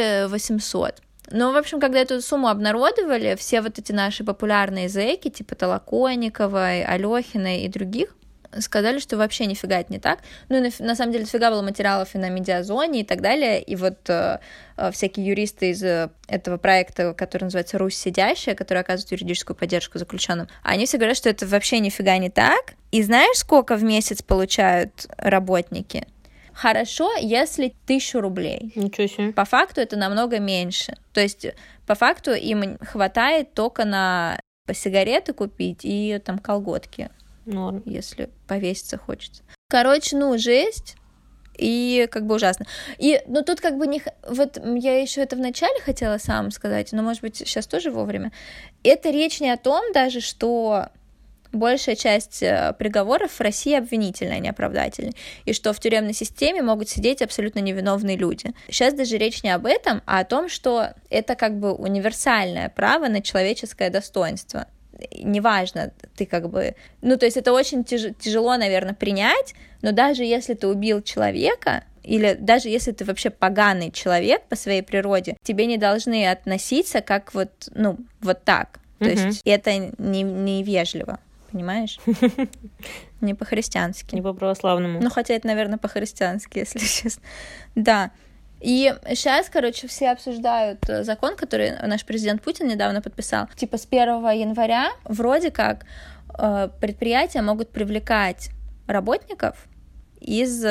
4800. Ну, в общем, когда эту сумму обнародовали, все вот эти наши популярные зэки, типа Толоконниковой, Алёхиной и других, сказали, что вообще нифига это не так. Ну, и на самом деле дофига было материалов и на Медиазоне и так далее, и вот всякие юристы из этого проекта, который называется «Русь сидящая», который оказывает юридическую поддержку заключенным, они все говорят, что это вообще нифига не так. И знаешь, сколько в месяц получают работники? Хорошо, если 1000 рублей. Ничего себе. По факту это намного меньше. То есть, по факту им хватает только на сигареты купить и там колготки. Норм. Если повеситься хочется. Короче, ну, жесть. И как бы ужасно. Но тут как бы не... Вот я еще это вначале хотела сам сказать, но, может быть, сейчас тоже вовремя. Это речь не о том даже, что большая часть приговоров в России обвинительная, а не оправдательная, и что в тюремной системе могут сидеть абсолютно невиновные люди. Сейчас даже речь не об этом, а о том, что это как бы универсальное право на человеческое достоинство. Неважно, ты как бы... Ну, то есть это очень тяжело, наверное, принять, но даже если ты убил человека, или даже если ты вообще поганый человек по своей природе, тебе не должны относиться как вот, ну, вот так. То есть это невежливо, понимаешь? Не по-христиански. Не по-православному. Ну, хотя это, наверное, по-христиански, если честно. Да. И сейчас, короче, все обсуждают закон, который наш президент Путин недавно подписал. Типа с 1 января вроде как предприятия могут привлекать работников из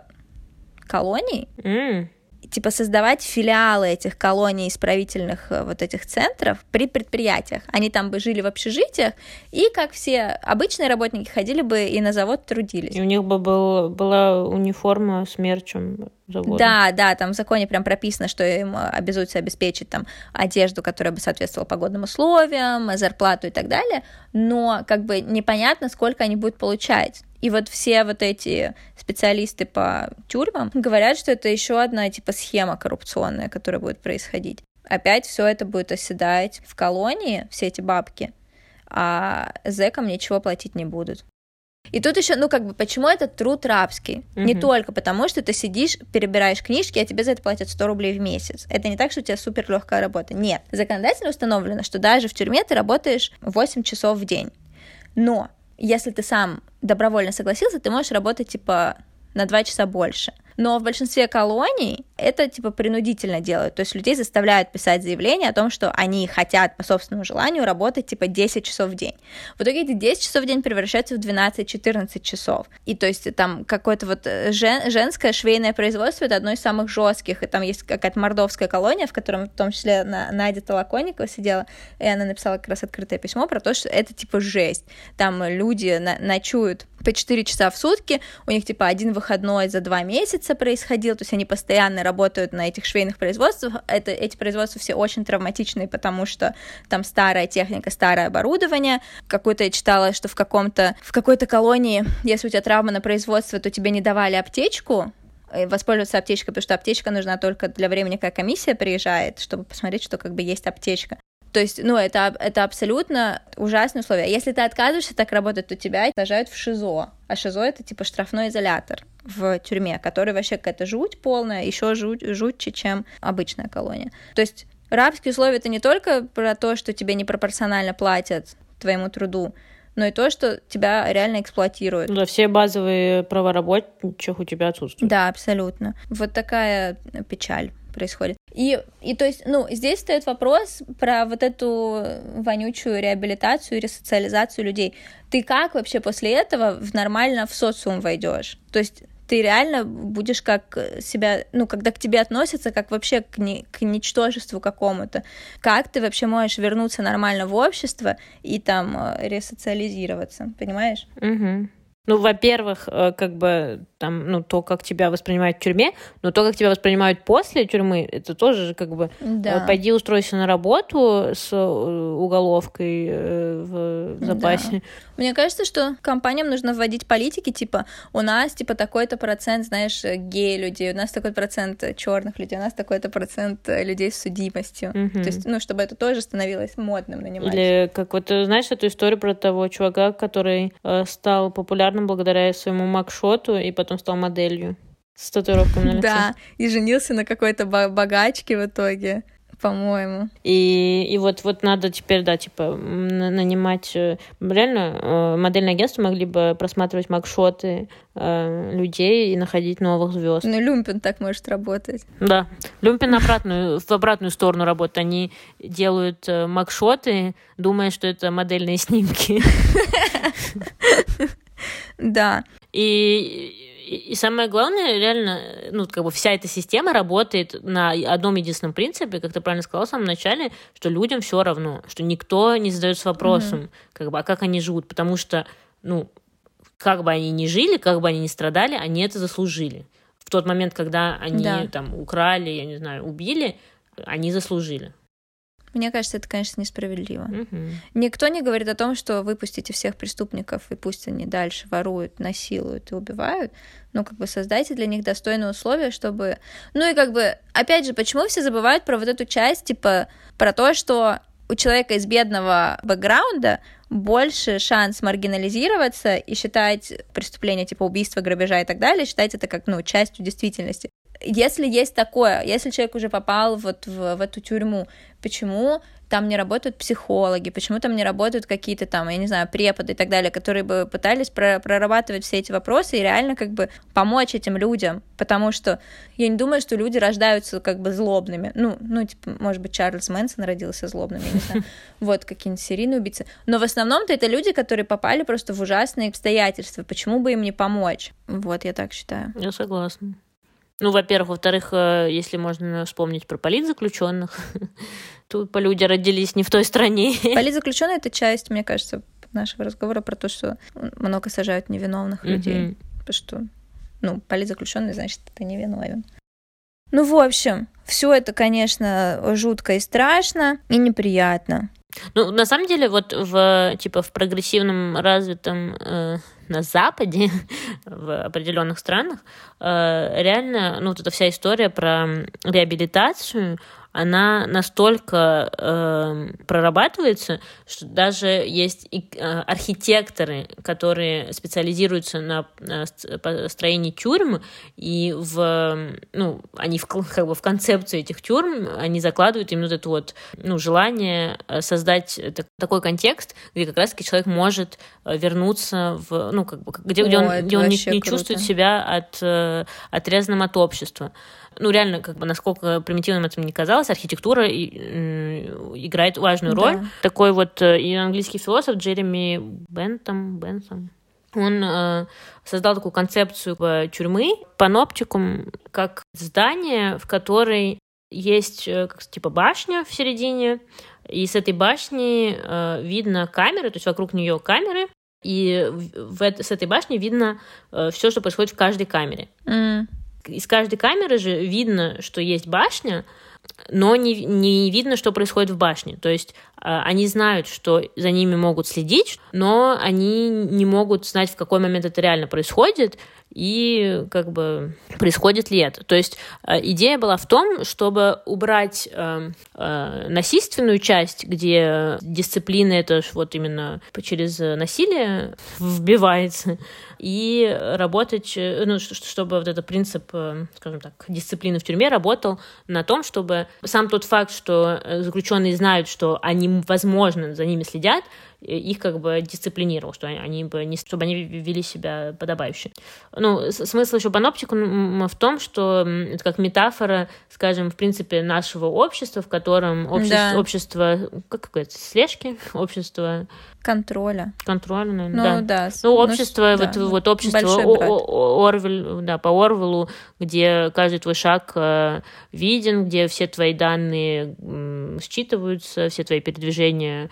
колоний, типа создавать филиалы этих колоний исправительных вот этих центров при предприятиях. Они там бы жили в общежитиях, и как все обычные работники ходили бы и на завод трудились. И у них бы была униформа с мерчем завода. Да, там в законе прям прописано, что им обязуются обеспечить там одежду, которая бы соответствовала погодным условиям, зарплату и так далее, но как бы непонятно, сколько они будут получать. И вот все вот эти специалисты по тюрьмам говорят, что это еще одна типа схема коррупционная, которая будет происходить. Опять все это будет оседать в колонии, все эти бабки, а зэкам ничего платить не будут. И тут еще, ну как бы, почему этот труд рабский? Не только потому, что ты сидишь, перебираешь книжки, а тебе за это платят 100 рублей в месяц. Это не так, что у тебя супер легкая работа. Нет. Законодательно установлено, что даже в тюрьме ты работаешь 8 часов в день. Но если ты сам добровольно согласился, ты можешь работать, типа, на 2 часа больше. Но в большинстве колоний это, типа, принудительно делают. То есть людей заставляют писать заявление о том, что они хотят по собственному желанию работать, типа, 10 часов в день. В итоге эти 10 часов в день превращаются в 12-14 часов. И то есть там какое-то вот женское швейное производство — это одно из самых жестких. И там есть какая-то мордовская колония, в котором в том числе Надя Толоконникова сидела, и она написала как раз открытое письмо про то, что это, типа, жесть. Там люди ночуют по 4 часа в сутки, у них, типа, один выходной за 2 месяца происходил, то есть они постоянно работают на этих швейных производствах. Эти производства все очень травматичные, потому что там старая техника, старое оборудование. Какое-то я читала, что в какой-то колонии, если у тебя травма на производстве, то тебе не давали аптечку, воспользоваться аптечкой, потому что аптечка нужна только для времени, когда комиссия приезжает, чтобы посмотреть, что как бы есть аптечка. То есть, ну, это абсолютно ужасные условия. Если ты отказываешься так работать, то тебя сажают в ШИЗО. А ШИЗО — это типа штрафной изолятор в тюрьме, который вообще какая-то жуть полная, еще жутче, чем обычная колония. То есть рабские условия — это не только про то, что тебе непропорционально платят твоему труду, но и то, что тебя реально эксплуатируют. Да, все базовые права рабочих у тебя отсутствуют. Да, абсолютно. Вот такая печаль происходит. И то есть, ну, здесь стоит вопрос про вот эту вонючую реабилитацию, ресоциализацию людей. Ты как вообще после этого нормально в социум войдешь? То есть ты реально будешь как себя, ну, когда к тебе относятся, как вообще к ничтожеству какому-то. Как ты вообще можешь вернуться нормально в общество и там ресоциализироваться, понимаешь? Угу. Ну, во-первых, как бы там, ну, то, как тебя воспринимают в тюрьме, но то, как тебя воспринимают после тюрьмы, это тоже как бы пойди устройся на работу с уголовкой в запасе. Да. Мне кажется, что компаниям нужно вводить политики, типа, у нас, типа, такой-то процент, знаешь, гей-людей, у нас такой процент черных людей, у нас такой-то процент людей с судимостью. То есть, ну, чтобы это тоже становилось модным нанимать. Или как вот, знаешь, эту историю про того чувака, который стал популярным благодаря своему макшоту и потом стал моделью с татуировками на лице. Да, и женился на какой-то богачке в итоге, по-моему. И вот надо теперь, да, типа, нанимать... Реально, модельные агентства могли бы просматривать макшоты людей и находить новых звезд. Ну, Люмпен так может работать. Да. Люмпен в обратную сторону работает. Они делают макшоты, думая, что это модельные снимки. Да. И самое главное, реально, ну, как бы вся эта система работает на одном единственном принципе, как ты правильно сказала в самом начале, что людям все равно, что никто не задается вопросом, как бы, а как они живут, потому что, ну, как бы они ни жили, как бы они ни страдали, они это заслужили. В тот момент, когда они там украли, я не знаю, убили, они заслужили. Мне кажется, это, конечно, несправедливо. Никто не говорит о том, что выпустите всех преступников, и пусть они дальше воруют, насилуют и убивают. Ну, как бы создайте для них достойные условия, чтобы... Ну и как бы, опять же, почему все забывают про вот эту часть, типа, про то, что у человека из бедного бэкграунда больше шанс маргинализироваться и считать преступления типа убийства, грабежа и так далее, считать это как, ну, частью действительности. Если есть такое, если человек уже попал вот в эту тюрьму, почему там не работают психологи, почему там не работают какие-то там, я не знаю, преподы и так далее, которые бы пытались прорабатывать все эти вопросы и реально как бы помочь этим людям, потому что я не думаю, что люди рождаются как бы злобными. Ну, типа, может быть, Чарльз Мэнсон родился злобным, я не знаю. Вот, какие-нибудь серийные убийцы. Но в основном-то это люди, которые попали просто в ужасные обстоятельства. Почему бы им не помочь? Вот, я так считаю. Я согласна. Ну, во-первых. Во-вторых, если можно вспомнить про политзаключенных, тут люди родились не в той стране. Политзаключенные — это часть, мне кажется, нашего разговора про то, что много сажают невиновных людей. Потому что, политзаключенный, значит, ты невиновен. Ну, в общем, все это, конечно, жутко и страшно, и неприятно. Ну, на самом деле, вот в прогрессивном, развитом на Западе, в определенных странах, реально, вот эта вся история про реабилитацию, она настолько прорабатывается, что даже есть архитекторы, которые специализируются на строении тюрьм, и они в концепцию этих тюрьм они закладывают именно это вот желание создать такой контекст, где как раз-таки человек может вернуться где он не чувствует себя отрезанным от общества. Реально, насколько примитивным это мне казалось, архитектура играет важную роль. Да. Такой вот и английский философ Джереми Бентам, он создал такую концепцию тюрьмы, паноптикум, как здание, в которой есть башня в середине, и с этой башни видно камеры, то есть вокруг нее камеры, и с этой башни видно все, что происходит в каждой камере. Из каждой камеры же видно, что есть башня, но не видно, что происходит в башне. То есть они знают, что за ними могут следить, но они не могут знать, в какой момент это реально происходит и происходит ли это. То есть идея была в том, чтобы убрать насильственную часть, где дисциплина это вот именно через насилие вбивается, и работать, чтобы вот этот принцип, скажем так, дисциплины в тюрьме работал на том, чтобы сам тот факт, что заключенные знают, что они, возможно, за ними следят, их дисциплинировал, чтобы они вели себя подобающе. Смысл еще паноптикума в том, что это как метафора, скажем, в принципе, нашего общества, в котором общество слежки, общество контроля, наверное, да. Общество, общество Орвель, по Орвелу, где каждый твой шаг виден, где все твои данные считываются, все твои передвижения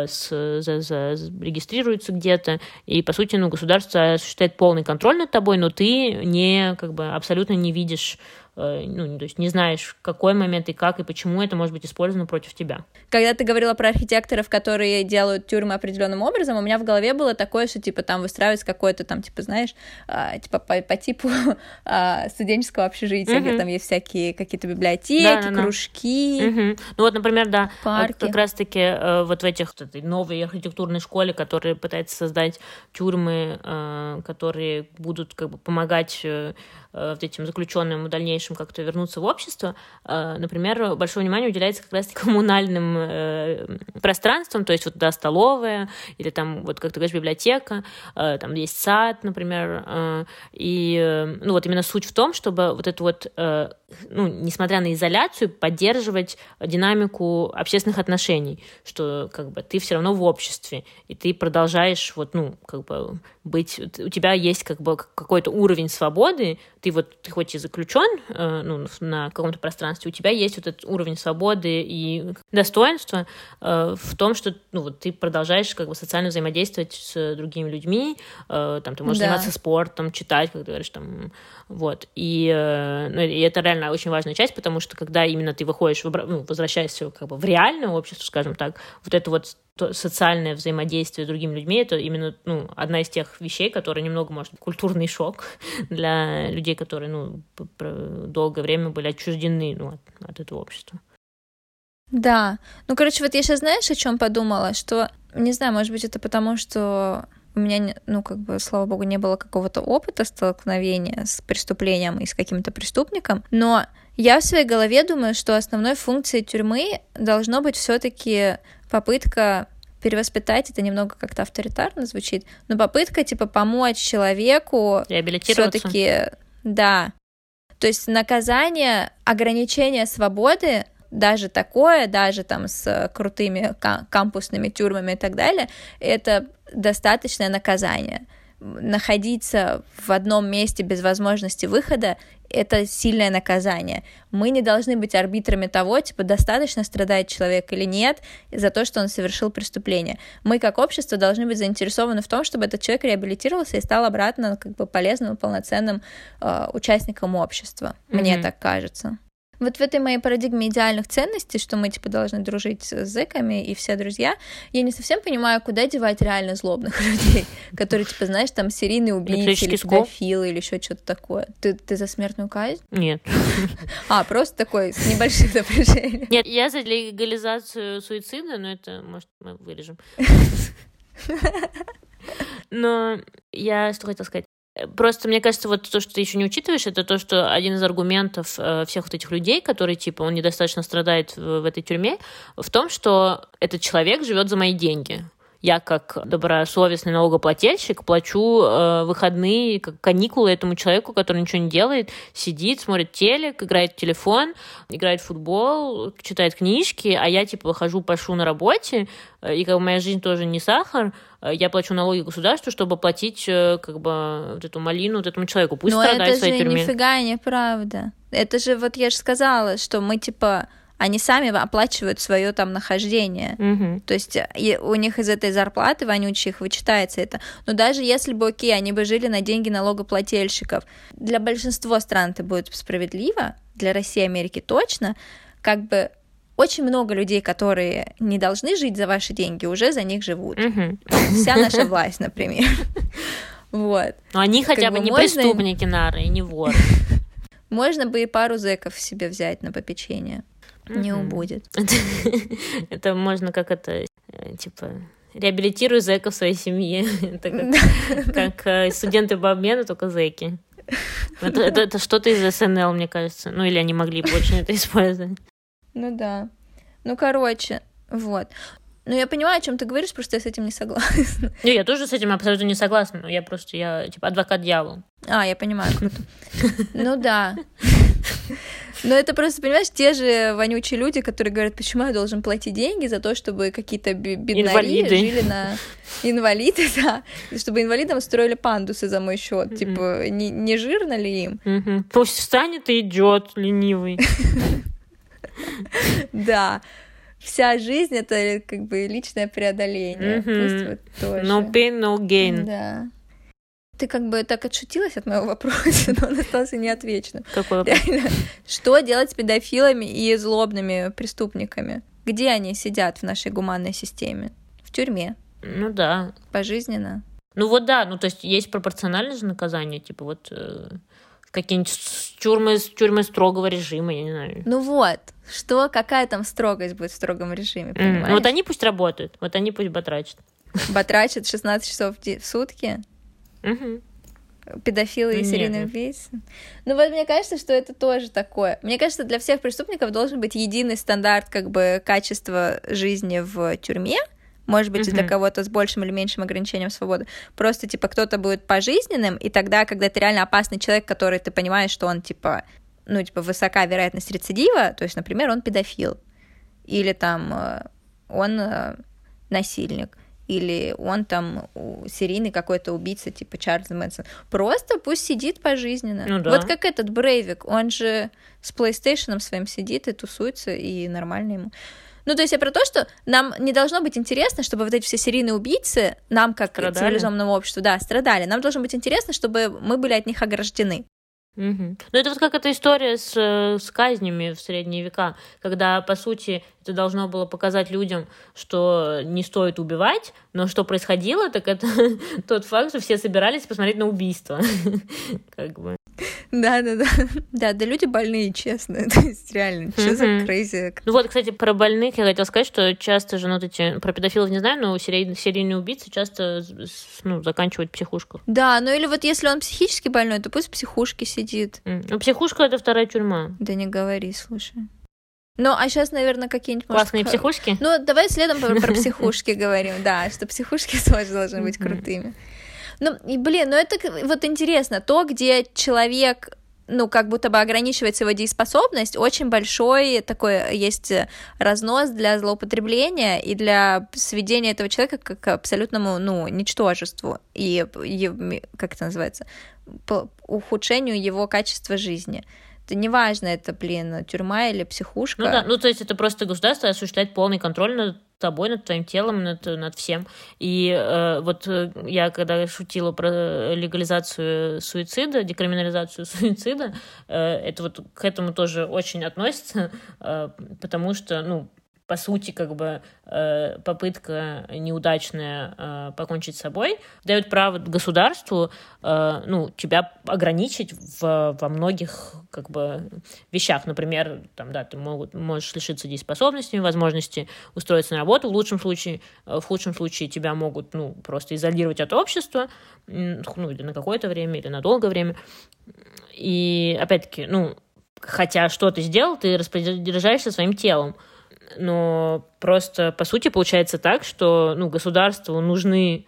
регистрируются где-то, и, по сути, государство осуществляет полный контроль над тобой, но ты абсолютно не видишь, то есть не знаешь, в какой момент и как, и почему это может быть использовано против тебя. Когда ты говорила про архитекторов, которые делают тюрьмы определенным образом, у меня в голове было такое, что, там выстраивается какое-то знаешь, по типу студенческого общежития, где там есть всякие какие-то библиотеки, кружки. Например, парки. Как раз-таки вот в этой новой архитектурной школе, которая пытается создать тюрьмы, которые будут помогать вот этим заключенным в дальнейшем как-то вернуться в общество, например, большое внимание уделяется как раз коммунальным пространствам, то есть столовая, или там, вот как ты говоришь, библиотека, там есть сад, например, и именно суть в том, чтобы вот эту несмотря на изоляцию, поддерживать динамику общественных отношений, что ты все равно в обществе, и ты продолжаешь быть, у тебя есть какой-то уровень свободы, ты хоть и заключен на каком-то пространстве, у тебя есть вот этот уровень свободы и достоинства в том, что ты продолжаешь социально взаимодействовать с другими людьми, там ты можешь заниматься спортом, читать, как ты говоришь, там, вот. И это реально очень важная часть, потому что когда именно ты выходишь, возвращаешься в реальное общество, скажем так, вот это социальное взаимодействие с другими людьми, это именно одна из тех вещей, которые немного, может, культурный шок для людей, которые долгое время были отчуждены от этого общества. Да. Я сейчас, знаешь, о чем подумала? Что, не знаю, может быть, это потому, что у меня, слава богу, не было какого-то опыта столкновения с преступлением и с каким-то преступником, но я в своей голове думаю, что основной функцией тюрьмы должно быть все-таки попытка перевоспитать, это немного как-то авторитарно звучит, но попытка, помочь человеку все-таки, да. То есть наказание, ограничение свободы, даже такое, даже там с крутыми кампусными тюрьмами и так далее, это достаточное наказание. Находиться в одном месте без возможности выхода — это сильное наказание. Мы не должны быть арбитрами того, достаточно страдает человек или нет за то, что он совершил преступление. Мы, как общество, должны быть заинтересованы в том, чтобы этот человек реабилитировался и стал обратно полезным и полноценным участником общества. Мне так кажется. Вот в этой моей парадигме идеальных ценностей, что мы, должны дружить с зэками и все друзья, я не совсем понимаю, куда девать реально злобных людей, которые, знаешь, там серийный убийца или педофил или еще что-то такое. Ты за смертную казнь? Нет. Просто такой, с небольшим напряжением. Нет, я за легализацию суицида, но это, может, мы вырежем. Но я что хотела сказать? Просто, мне кажется, вот то, что ты еще не учитываешь, это то, что один из аргументов всех вот этих людей, которые, он недостаточно страдает в этой тюрьме, в том, что этот человек живет за мои деньги. Я, как добросовестный налогоплательщик, плачу выходные, как каникулы этому человеку, который ничего не делает, сидит, смотрит телек, играет в телефон, играет в футбол, читает книжки, а я, выхожу, пашу на работе, и моя жизнь тоже не сахар, я плачу налоги государству, чтобы платить вот эту малину вот этому человеку. Пусть страдает в своей тюрьме. Но это же нифига неправда. Это же, я же сказала, что мы, они сами оплачивают свое там нахождение. То есть у них из этой зарплаты вонючих вычитается это. Но даже если бы, они бы жили на деньги налогоплательщиков, для большинства стран это будет справедливо, для России и Америки точно, очень много людей, которые не должны жить за ваши деньги, уже за них живут. Вся наша власть, например. Вот. Но они хотя бы не преступники, Нара, и не воры. Можно бы и пару зэков себе взять на попечение. Не убудет. Это можно реабилитируй зэка в своей семье. Это как студенты по обмену, только зэки. Это что-то из СНЛ, мне кажется. Или они могли бы очень это использовать. Ну да. Вот. Я понимаю, о чем ты говоришь, просто я с этим не согласна. Я тоже с этим абсолютно не согласна, но я адвокат дьявола. Я понимаю, круто. Ну да. Но это просто, понимаешь, те же вонючие люди, которые говорят, почему я должен платить деньги за то, чтобы какие-то беднари жили на... Инвалиды, да. Чтобы инвалидам строили пандусы за мой счет. Не жирно ли им? Пусть встанет и идет ленивый. Да. Вся жизнь — это личное преодоление. Пусть тоже. No pain, no gain. Да. Ты так отшутилась от моего вопроса, но он остался неотвеченным. Какой вопрос? Что делать с педофилами и злобными преступниками? Где они сидят в нашей гуманной системе? В тюрьме. Ну да. Пожизненно. То есть есть пропорциональное же наказание, какие-нибудь тюрьмы строгого режима, я не знаю. Какая там строгость будет в строгом режиме, понимаешь? Вот они пусть работают, вот они пусть батрачат. Батрачат 16 часов в сутки? Педофилы и серийные убийцы. Мне кажется, что это тоже такое. Мне кажется, для всех преступников должен быть единый стандарт качества жизни в тюрьме. Может быть, для кого-то с большим или меньшим ограничением свободы. Просто, кто-то будет пожизненным, и тогда, когда ты реально опасный человек, который ты понимаешь, что он, высока вероятность рецидива, то есть, например, он педофил, или он насильник, или он серийный какой-то убийца, Чарльз Мэнсон. Просто пусть сидит пожизненно. Вот как этот Брейвик, он же с PlayStation своим сидит и тусуется, и нормально ему. То есть я про то, что нам не должно быть интересно, чтобы вот эти все серийные убийцы, нам, как цивилизованному обществу, страдали. Нам должно быть интересно, чтобы мы были от них ограждены. Это вот как эта история с казнями в средние века, когда, по сути, это должно было показать людям, что не стоит убивать, но что происходило, так это тот факт, что все собирались посмотреть на убийство. Да. Да, люди больные, честно. То есть реально, что за crazy? Ну вот, кстати, про больных я хотела сказать, что часто же, про педофилов не знаю, но серийные убийцы часто заканчивают в психушках. Да, ну или вот если он психически больной, то пусть в психушке сидит. Ну, психушка — это вторая тюрьма. Да не говори, слушай. Ну, а сейчас, наверное, какие-нибудь... Классные психушки? Ну, давай следом про психушки говорим, да, что психушки тоже должны быть крутыми. Ну, и, это вот интересно, то, где человек, как будто бы ограничивается его дееспособность, очень большой такой есть разнос для злоупотребления и для сведения этого человека к абсолютному, ничтожеству и, как это называется, по ухудшению его качества жизни. Это неважно, это, тюрьма или психушка. Ну да, то есть это просто государство осуществляет полный контроль над тобой, над твоим телом, над всем. И вот я когда шутила про легализацию суицида, декриминализацию суицида, это вот к этому тоже очень относится, потому что, по сути, как бы попытка неудачная покончить с собой дает право государству, тебя ограничить во многих, как бы, вещах. Например, ты можешь лишиться дееспособности, возможности устроиться на работу. В худшем случае тебя могут, просто изолировать от общества, или на какое-то время, или на долгое время. И, опять-таки, хотя что ты сделал, ты распоряжаешься своим телом. Но просто, по сути, получается так, что государству нужны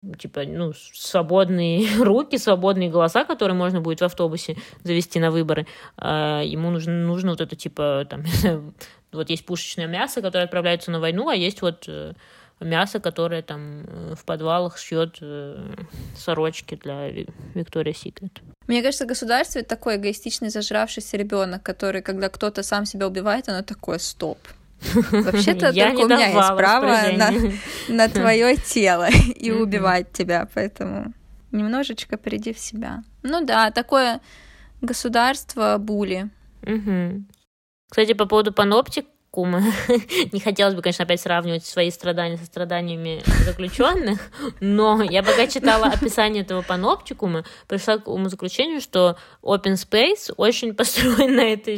свободные руки, свободные голоса, которые можно будет в автобусе завести на выборы. Ему нужно вот это, вот есть пушечное мясо, которое отправляется на войну, а есть вот мясо, которое в подвалах шьет сорочки для Victoria's Secret. Мне кажется, государство — это такой эгоистичный, зажравшийся ребенок, который, когда кто-то сам себя убивает, оно такое: стоп. Вообще-то только у меня есть право на твое тело и убивать тебя, поэтому немножечко приди в себя. Ну да, такое государство були. Кстати, по поводу паноптикума, не хотелось бы, конечно, опять сравнивать свои страдания со страданиями заключенных, но я пока читала описание этого паноптикума, пришла к умозаключению, что Open Space очень построен на этой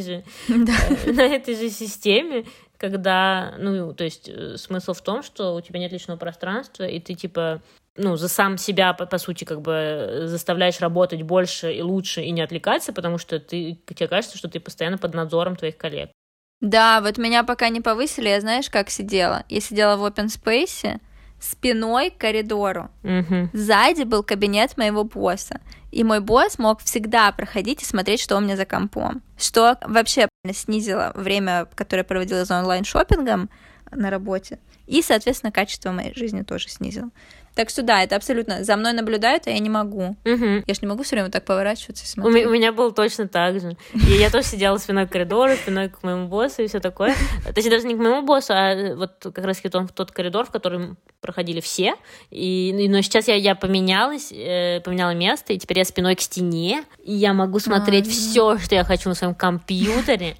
же системе, когда, то есть смысл в том, что у тебя нет личного пространства, и ты, за сам себя, по сути, как бы заставляешь работать больше и лучше и не отвлекаться, потому что тебе кажется, что ты постоянно под надзором твоих коллег. Да, вот меня пока не повысили, я знаешь, как сидела? Я сидела в open space, спиной к коридору. Сзади был кабинет моего босса. И мой босс мог всегда проходить и смотреть, что у меня за компом. Что вообще снизило время, которое я проводила за онлайн-шоппингом на работе. И, соответственно, качество моей жизни тоже снизило. Так что да, это абсолютно. За мной наблюдают, а я не могу. Я ж не могу все время так поворачиваться и смотреть. У меня было точно так же. И я тоже сидела спиной к коридору, спиной к моему боссу и все такое. Точнее, даже не к моему боссу, а вот как раз тот коридор, в котором проходили все. Но сейчас я поменяла место, и теперь я спиной к стене, и я могу смотреть все, что я хочу на своем компьютере.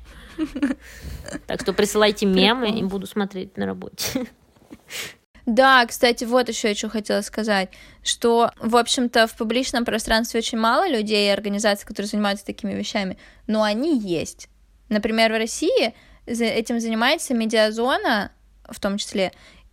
Так что присылайте мемы, и буду смотреть на работе. Да, кстати, вот еще я что хотела сказать, что, в общем-то, в публичном пространстве очень мало людей и организаций, которые занимаются такими вещами, но они есть. Например, в России этим занимается Медиазона, в том числе,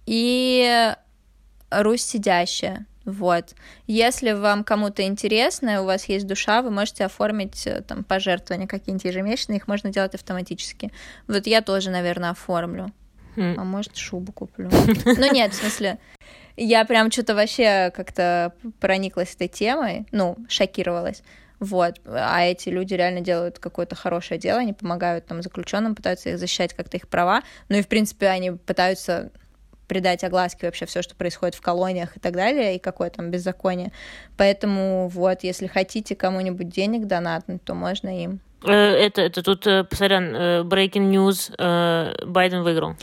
и Русь Сидящая. Вот. Если вам кому-то интересно, у вас есть душа, вы можете оформить пожертвования какие-нибудь ежемесячные, их можно делать автоматически. Вот я тоже, наверное, оформлю. А может, шубу куплю. Ну нет, в смысле, я прям что-то вообще как-то прониклась этой темой, шокировалась. Вот. А эти люди реально делают какое-то хорошее дело, они помогают заключенным, пытаются их защищать как-то их права. Ну и, в принципе, они пытаются придать огласке вообще все, что происходит в колониях и так далее, и какое там беззаконие. Поэтому вот, если хотите кому-нибудь денег донатнуть, то можно им. Это тут, сорян, breaking news, Байден выиграл.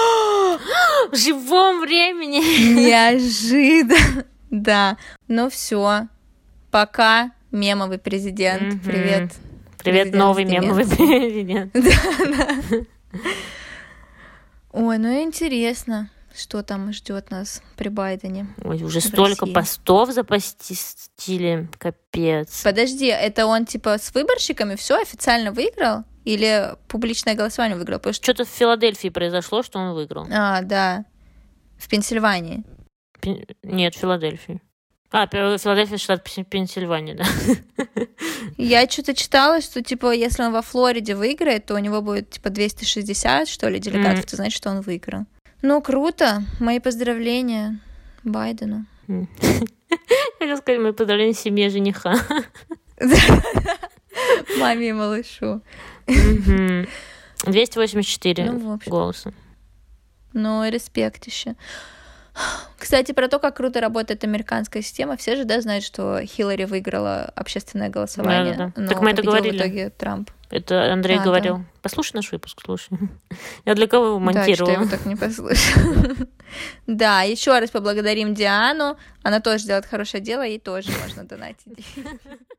В живом времени. Неожиданно. Да. Ну все. Пока, мемовый президент. Привет. Привет, новый мемовый президент. Ой, интересно. Что там ждет нас при Байдене? Ой, уже в столько России? постов запостили, капец. Подожди, это он типа с выборщиками все официально выиграл? Или публичное голосование выиграл? Потому что... Что-то в Филадельфии произошло, что он выиграл. Да. В Пенсильвании. Нет, в Филадельфии. Филадельфия, штат Пенсильвания, да. Я что-то читала, что, типа, если он во Флориде выиграет, то у него будет, типа, 260, что ли, делегатов. Это значит, что он выиграл. Ну, круто. Мои поздравления Байдену. Хотела сказать, мои поздравления семье жениха. Маме и малышу. 284 голоса. Ну, респект еще. Кстати, про то, как круто работает американская система, все же, да, знают, что Хиллари выиграла общественное голосование. Да. Но Так мы это говорили. В итоге Трамп. Это Андрей говорил. Да. Послушай наш выпуск, слушай. Я для кого его монтировала? Да, что я его так не послушала. Да, еще раз поблагодарим Диану. Она тоже делает хорошее дело, ей тоже можно донатить.